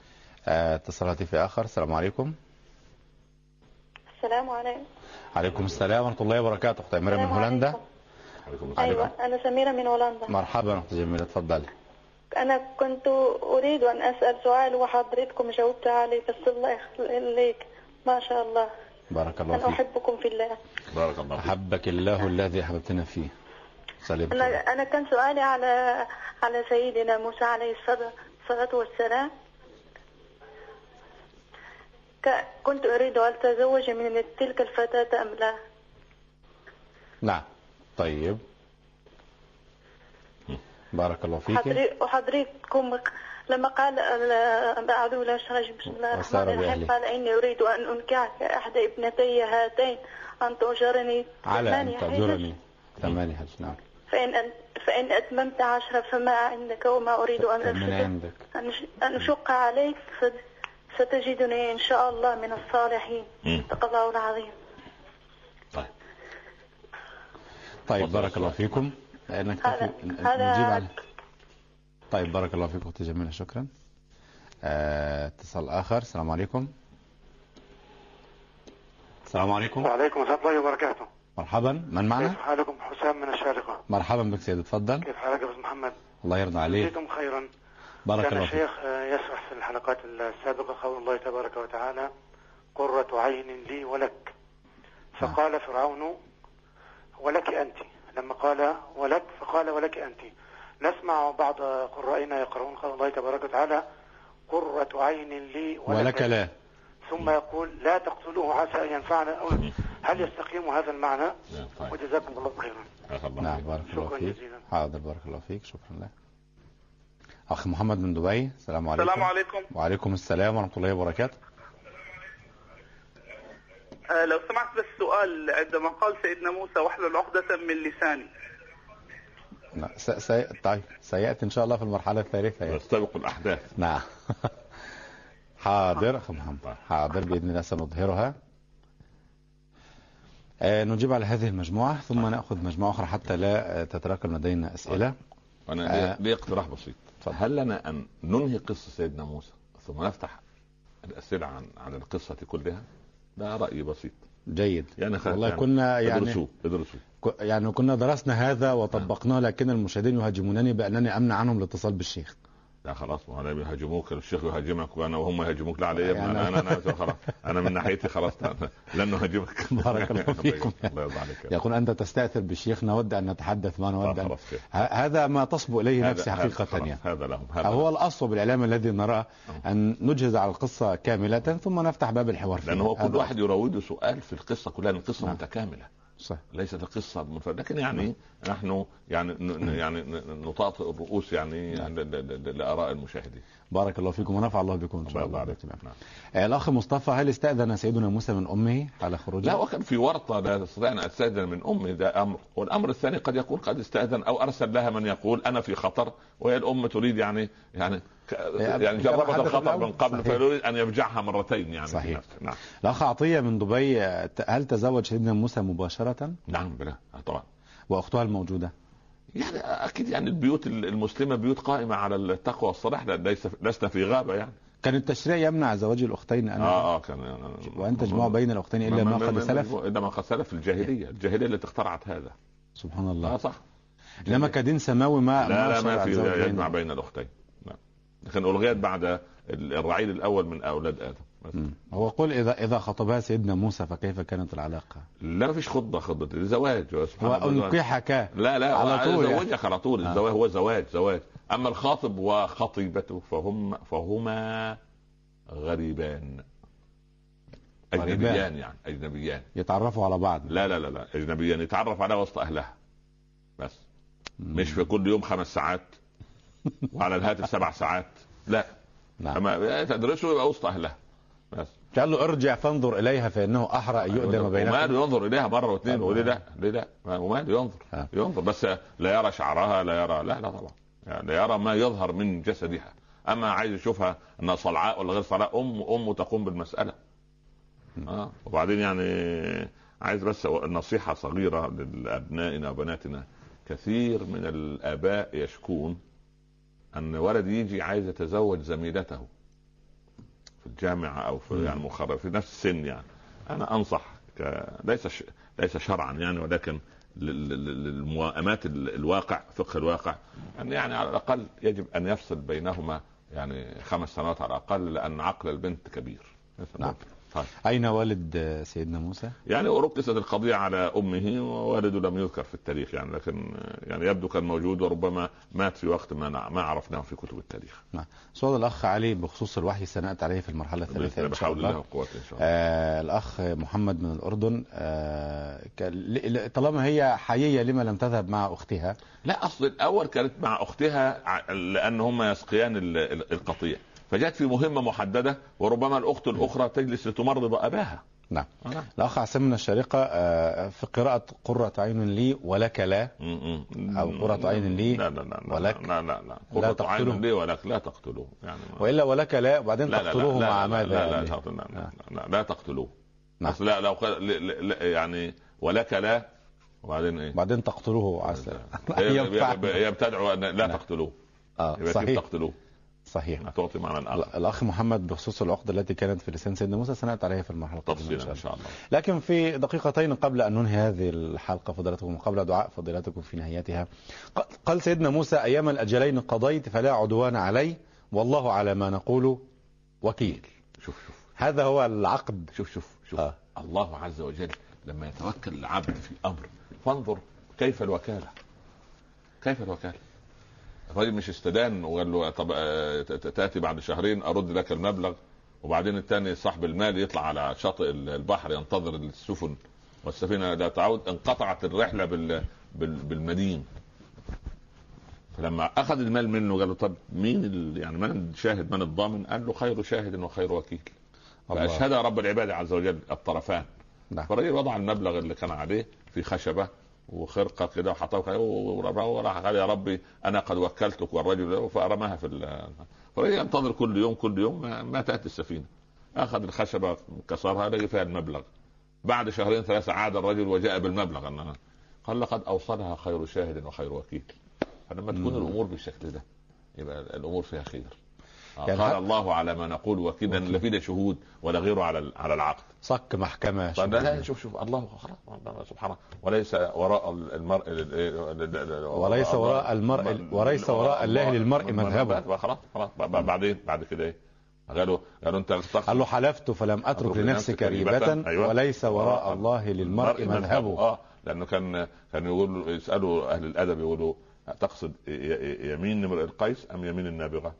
اتصال هاتفي آخر. السلام عليكم. السلام عليكم. عليكم السلام ورحمة الله وبركاته. أختي أميرة من هولندا. أيوة أنا سميرة من هولندا. مرحبا أختي جميلة، تفضلي. أنا كنت أريد أن أسأل سؤال وحضرتكم جاوبت عليه، بس الله يخليك ما شاء الله. بارك الله فيك. أنا أحبكم في الله. بارك الله فيك. أحبك الله الذي أحببتنا فيه. سلام. أنا أنا كان سؤالي على على سيدنا موسى عليه الصلاة والسلام. كنت أريد أن أتزوج من تلك الفتاة أم لا؟ نعم. طيب بارك الله فيك. وحضرتكم لما قال أعوذ بالله من الشيطان بسم الله الرحمن الرحيم قال إني أريد أن أنكحك أحد ابنتي هاتين أن تؤجرني على أن تأجرني ثمانية حج. نعم. فإن فإن أتممت عشرة فما عندك وما أريد أن عندك أن أشق عليك ستجدني إن شاء الله من الصالحين. صدق الله العظيم. طيب طيب بارك الله فيكم. نكتفي نجيب على. طيب بارك الله فيكم أختي جميلة، شكرا. اتصال آخر. السلام عليكم. السلام عليكم. وعليكم ورحمة الله وبركاته. مرحبا، من معنا؟ كيف حالكم؟ حسام من الشارقة. مرحبا بك سيدي، تفضل. كيف حالك يا أستاذ محمد؟ الله يرضى عليك. جزيتم خيرا. بارك الله فيك. كان الشيخ يشرح في الحلقات السابقة قول الله تبارك وتعالى قرة عين لي ولك، فقال فرعون ولك أنت، لما قال ولك فقال ولك أنت. نسمع بعض قرائنا يقرؤون قول الله تبارك وتعالى قرة عين لي ولك, ولك لا، ثم يقول لا تقتلوه عسى أن ينفعنا أو. هل يستقيم هذا المعنى؟ وجزاكم الله خيرا. نعم بارك الله فيك. حاضر بارك الله فيك، شكرا لك. أخ محمد من دبي. السلام عليكم. السلام عليكم. وعليكم السلام ورحمة الله وبركاته. أه لو سمحت بس سؤال، عندما قال سيدنا موسى واحلل عقدة من لساني. لا س... س... طيب سيأتي إن شاء الله في المرحلة الثالثة يعني. يستبق الأحداث. نعم. حاضر أخ محمد، حاضر بإذن الله سنظهرها. آه نجيب على هذه المجموعة ثم نأخذ مجموعة أخرى حتى لا تتراكم لدينا أسئلة. أنا لي اقتراح بسيط. هل لنا أن ننهي قصة سيدنا موسى ثم نفتح الأسئلة عن عن القصة كلها؟ ده رأي بسيط. جيد. يعني والله يعني كنا يعني ادرسوا ادرسوا يعني كنا درسنا هذا وطبقناه، لكن المشاهدين يهاجمونني بأنني أمنع عنهم الاتصال بالشيخ. لا خلاص، ما انا بيهاجموك، الشيخ يهاجمك وانا وهم يهاجموك. لا علي يعني انا انا انا خلاص، انا من ناحيتي خلاص لن نهاجمك. بارك الله فيكم. الله يرضى عليك. يقول انت تستأثر بالشيخ، نود ان نتحدث ما نود أن... هذا ما تصبو اليه نفسي حقيقة. يعني هذا لهم. هو الاصل بالاعلام الذي نراه ان نجهز على القصة كاملة ثم نفتح باب الحوار فيها. لانه كل واحد يراود سؤال في القصة كلها، القصة نعم. متكاملة صح. ليست القصة منفردة، لكن يعني م. نحن يعني ن... يعني نطاطئ الرؤوس يعني م. لآراء المشاهدين. بارك الله فيكم ونفع الله بكم ان شاء الله. نعم. الاخ مصطفى، هل استأذن سيدنا موسى من امه على خروجه؟ لا، وكان في ورطة لا استطيع ان استأذن من امه، ده امر. والامر الثاني قد يكون قد استأذن او ارسل لها من يقول انا في خطر، وهي الام تريد يعني يعني يعني جربت الخطر من قبل فيريد ان يفجعها مرتين يعني. صحيح. نعم. الاخ عطية من دبي، هل تزوج سيدنا موسى مباشرة؟ نعم بلا طبعا. واختها الموجودة؟ يعني اكيد يعني البيوت المسلمه بيوت قائمه على التقوى والصلاح، ليس لسنا في غابه يعني. كان التشريع يمنع زواج الاختين؟ أنا اه اه كان يعني وان تجمعوا بين الاختين الا ما قد سلف. الا ما قد سلف في الجاهليه، الجاهليه التي اخترعت هذا. سبحان الله. اه صح. انما كدين سماوي ما لا لا ما في يجمع بين الاختين. نعم. لكن الغيت بعد الرعيل الاول من اولاد ادم. هو قل اذا اذا خطبها سيدنا موسى فكيف كانت العلاقه؟ لا ما فيش خطبه، خطبه زواج. وانكحك لا لا على طول زوجك على طول. الزواج هو زواج زواج. اما الخاطب وخطيبته فهم فهما غريبان اجنبيان يعني اجنبيان يتعرفوا على بعض. لا لا لا لا اجنبيان يتعرف على وسط اهلها بس. مم. مش في كل يوم خمس ساعات وعلى الهاتف سبع ساعات. لا. نعم. اما تدرسوا يبقى وسط اهلها بس. قال له ارجع فانظر اليها فانه احرى ان يؤدم بينكم. وماله ينظر اليها مره واثنين وليه لا ليه لا وماله ينظر ها. ينظر بس لا يرى شعرها، لا يرى لا لا طبعا يعني لا يرى ما يظهر من جسدها. اما عايز يشوفها انها صلعاء ولا غير صلعاء، ام ام تقوم بالمساله. اه وبعدين يعني عايز بس نصيحه صغيره لابنائنا وبناتنا. كثير من الاباء يشكون ان ولد يجي عايز يتزوج زميلته الجامعه او في يعني مخرج في نفس السن، يعني انا انصح ليس ش... ليس شرعا يعني، ولكن للموائمات الواقع، فقه الواقع، ان يعني على الاقل يجب ان يفصل بينهما يعني خمس سنوات على الاقل، لان عقل البنت كبير. نعم. أين والد سيدنا موسى؟ يعني ركزت القضية على أمه، ووالده لم يذكر في التاريخ يعني، لكن يعني يبدو كان موجود، وربما مات في وقت ما ما عرفناه في كتب التاريخ. نعم. سؤال الأخ علي بخصوص الوحي سنأتي عليه في المرحلة الثالثة إن شاء الله. الله إن شاء الله. آه الأخ محمد من الأردن، آه طالما هي حيية لما لم تذهب مع أختها؟ لا، أصل الأول كانت مع أختها لأن هم يسقيان القطيع، فجاءت في مهمة محددة، وربما الأخت الأخرى تجلس لتمرض أباها. نعم. آه. الأخ عسام من الشارقة، في قراءة قرة عين لي ولك لا، أو قرة عين لي لا لا لا ولك لا لا لا قرة عين لي ولك لا تقتلوه يعني، وإلا ولك لا وبعدين لا تقتلوه لا لا مع ماذا؟ لا لا لا, لا, لا, لا, لا, لا تقتلوه. نعم. لا لو يعني ولك لا وبعدين إيه؟ بعدين تقتلوه عسى. هي بتدعو أن لا تقتلوه. آه صحيح. تقتلوه. صحيح. تعطي معنى آخر. الأخ محمد بخصوص العقدة التي كانت في لسان سيدنا موسى سنأتي عليها في المرحلة القادمة إن شاء الله. لكن في دقيقتين قبل أن ننهي هذه الحلقة فضيلتكم، قبل دعاء فضيلتكم في نهايتها، قال سيدنا موسى: أيام الأجلين قضيت فلا عدوان علي والله على ما نقول وكيل. شوف شوف هذا هو العقد. شوف شوف شوف آه. الله عز وجل لما يتوكل العبد في أمر، فانظر كيف الوكالة، كيف الوكالة. الراجل مش استدان وقال له طب تأتي بعد شهرين أرد لك المبلغ، وبعدين الثاني صاحب المال يطلع على شاطئ البحر ينتظر السفن والسفينة لا تعود، انقطعت الرحلة بالمدين. فلما أخذ المال منه قال له طب مين يعني من الشاهد من الضامن؟ قال له خير شاهد وخير وكيل، فأشهد رب العباد عز وجل الطرفان. فالراجل وضع المبلغ اللي كان عليه في خشبة وخرقة كده وحطوها وراح قال يا ربي أنا قد وكلتك والرجل، فرماها في فرجل ينتظر كل يوم كل يوم ما تأتي السفينة. أخذ الخشبة كسرها لقي فيها المبلغ. بعد شهرين ثلاثة عاد الرجل وجاء بالمبلغ، أنها قال لقد أوصلها خير شاهد وخير وكيل. فلما تكون الأمور بالشكل ده يبقى الأمور فيها خير. يعني قال الله على ما نقول وكيلا، لا في شهود ولا غيره على على العقد. صك محكمة. لا شوف شوف الله خلاص سبحانه، وليس وراء المرء وليس وراء المرء وليس وراء الله للمرء مذهبه. خلاص خلاص بعدين بعد كده ايه؟ قالوا قالوا انت قال له حلفت فلم اترك لنفسك ريبة. أيوة. وليس وراء الله للمرء مذهبه. اه لانه كان كان يقول يسالوا اهل الادب يقولوا تقصد يمين امرئ القيس ام يمين النابغة؟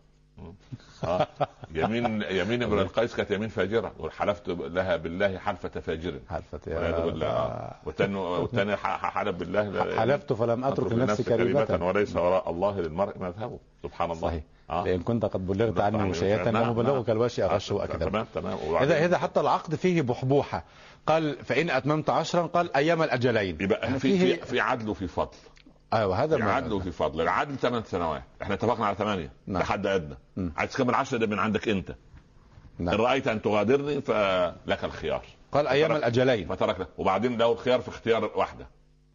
آه. يمين يمين امرئ القيس كانت يمين فاجره، وحلفت لها بالله حلفة فاجر. حلفة يا بالله. آه. والثاني والثاني حلف بالله حلفت فلم اترك لنفسي كريمة. وليس وراء الله للمرء مذهبه. سبحان الله. صحيح. آه. لان كنت قد بلغت عني وشيئا لمبلغك الوشي اغش واكذب. تمام تمام. اذا اذا حتى العقد فيه بحبوحه. قال فان اتممت عشرا قال ايام الاجلين. يبقى في في, في عدل وفي فضل. ايوه هذا العدل وفي فضل. العدل ثمان سنوات، احنا اتفقنا على ثمانية. نعم. لحد ادنى. عايز تكمل عشرة ده من عندك انت. نعم. ان رايت ان تغادرني فلك الخيار. قال ايام الاجلين فترك له، وبعدين له الخيار في اختيار واحده.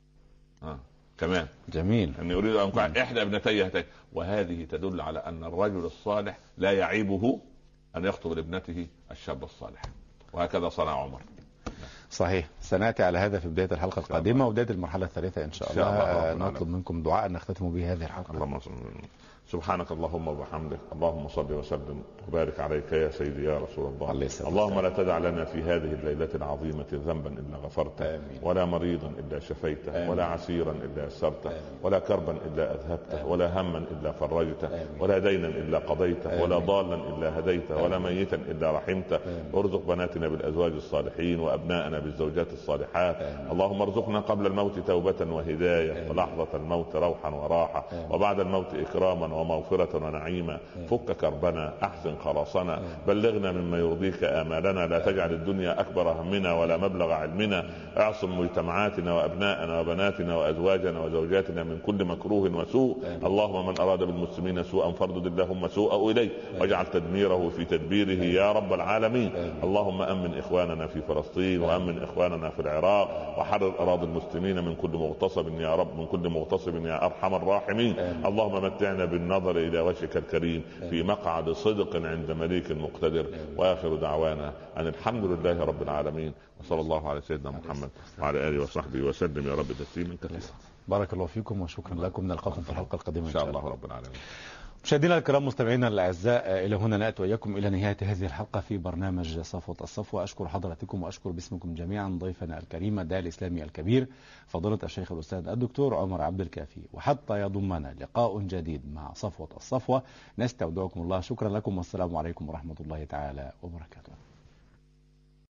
اه كمان جميل. ان يريد ان يكون احدى ابنتي هاتين، وهذه تدل على ان الرجل الصالح لا يعيبه ان يخطب لابنته الشاب الصالح، وهكذا صنع عمر. صحيح. سنأتي على هذا في بداية الحلقة القادمة وبداية المرحلة الثالثة إن شاء الله. الله نطلب منكم دعاء نختتم به هذه الحلقة. اللهم سبحانك اللهم وبحمدك، اللهم صل وسلم وبارك عليك يا سيدي يا رسول الله. الله اللهم لا تدع لنا في هذه الليلة العظيمة ذنبا إلا غفرته، ولا مريضا إلا شفيته، آمين. ولا عسيرا إلا يسرته، ولا كربا إلا أذهبته، آمين. ولا هما إلا فرجته، آمين. ولا دينا إلا قضيته، آمين. ولا ضالا إلا هديته، آمين. ولا ميتا إلا رحمته. ارزق بناتنا بالأزواج الصالحين وأبناءنا بالزوجات الصالحات. آمين. اللهم ارزقنا قبل الموت توبة وهداية، آمين. ولحظة الموت روحا وراحة، آمين. وبعد الموت إكراما ومغفرة ونعيما. فك كربنا، أحسن خلاصنا، بلغنا مما يرضيك آمالنا، لا تجعل الدنيا أكبر همنا ولا مبلغ علمنا. اعصم مجتمعاتنا وأبناءنا وبناتنا وأزواجنا وزوجاتنا من كل مكروه وسوء. اللهم من أراد بالمسلمين سوءا فاردد اللهم سوءه إليه، واجعل تدميره في تدبيره يا رب العالمين. اللهم أمن إخواننا في فلسطين، وأمن إخواننا في العراق، وحرر أراضي المسلمين من كل مغتصب يا رب، من كل مغتصب يا أرحم الراحمين. اللهم متعنا بالنعمة النظر إلى وجهك الكريم في مقعد صدق عند مليك مقتدر. وآخر دعوانا أن الحمد لله رب العالمين، وصلى الله على سيدنا محمد وعلى آله وصحبه وسلم يا رب تسليما كثيرا. بارك الله فيكم وشكرا لكم. نلقاكم في الحلقة القادمة إن شاء الله رب العالمين. مشاهدينا الكرام مستمعينا الاعزاء، الى هنا ناتي واياكم الى نهايه هذه الحلقه في برنامج صفوة الصفوة. اشكر حضراتكم واشكر باسمكم جميعا ضيفنا الكريم الداعي الاسلامي الكبير فضيلة الشيخ الاستاذ الدكتور عمر عبد الكافي. وحتى يضمنا لقاء جديد مع صفوة الصفوة نستودعكم الله. شكرا لكم والسلام عليكم ورحمه الله تعالى وبركاته.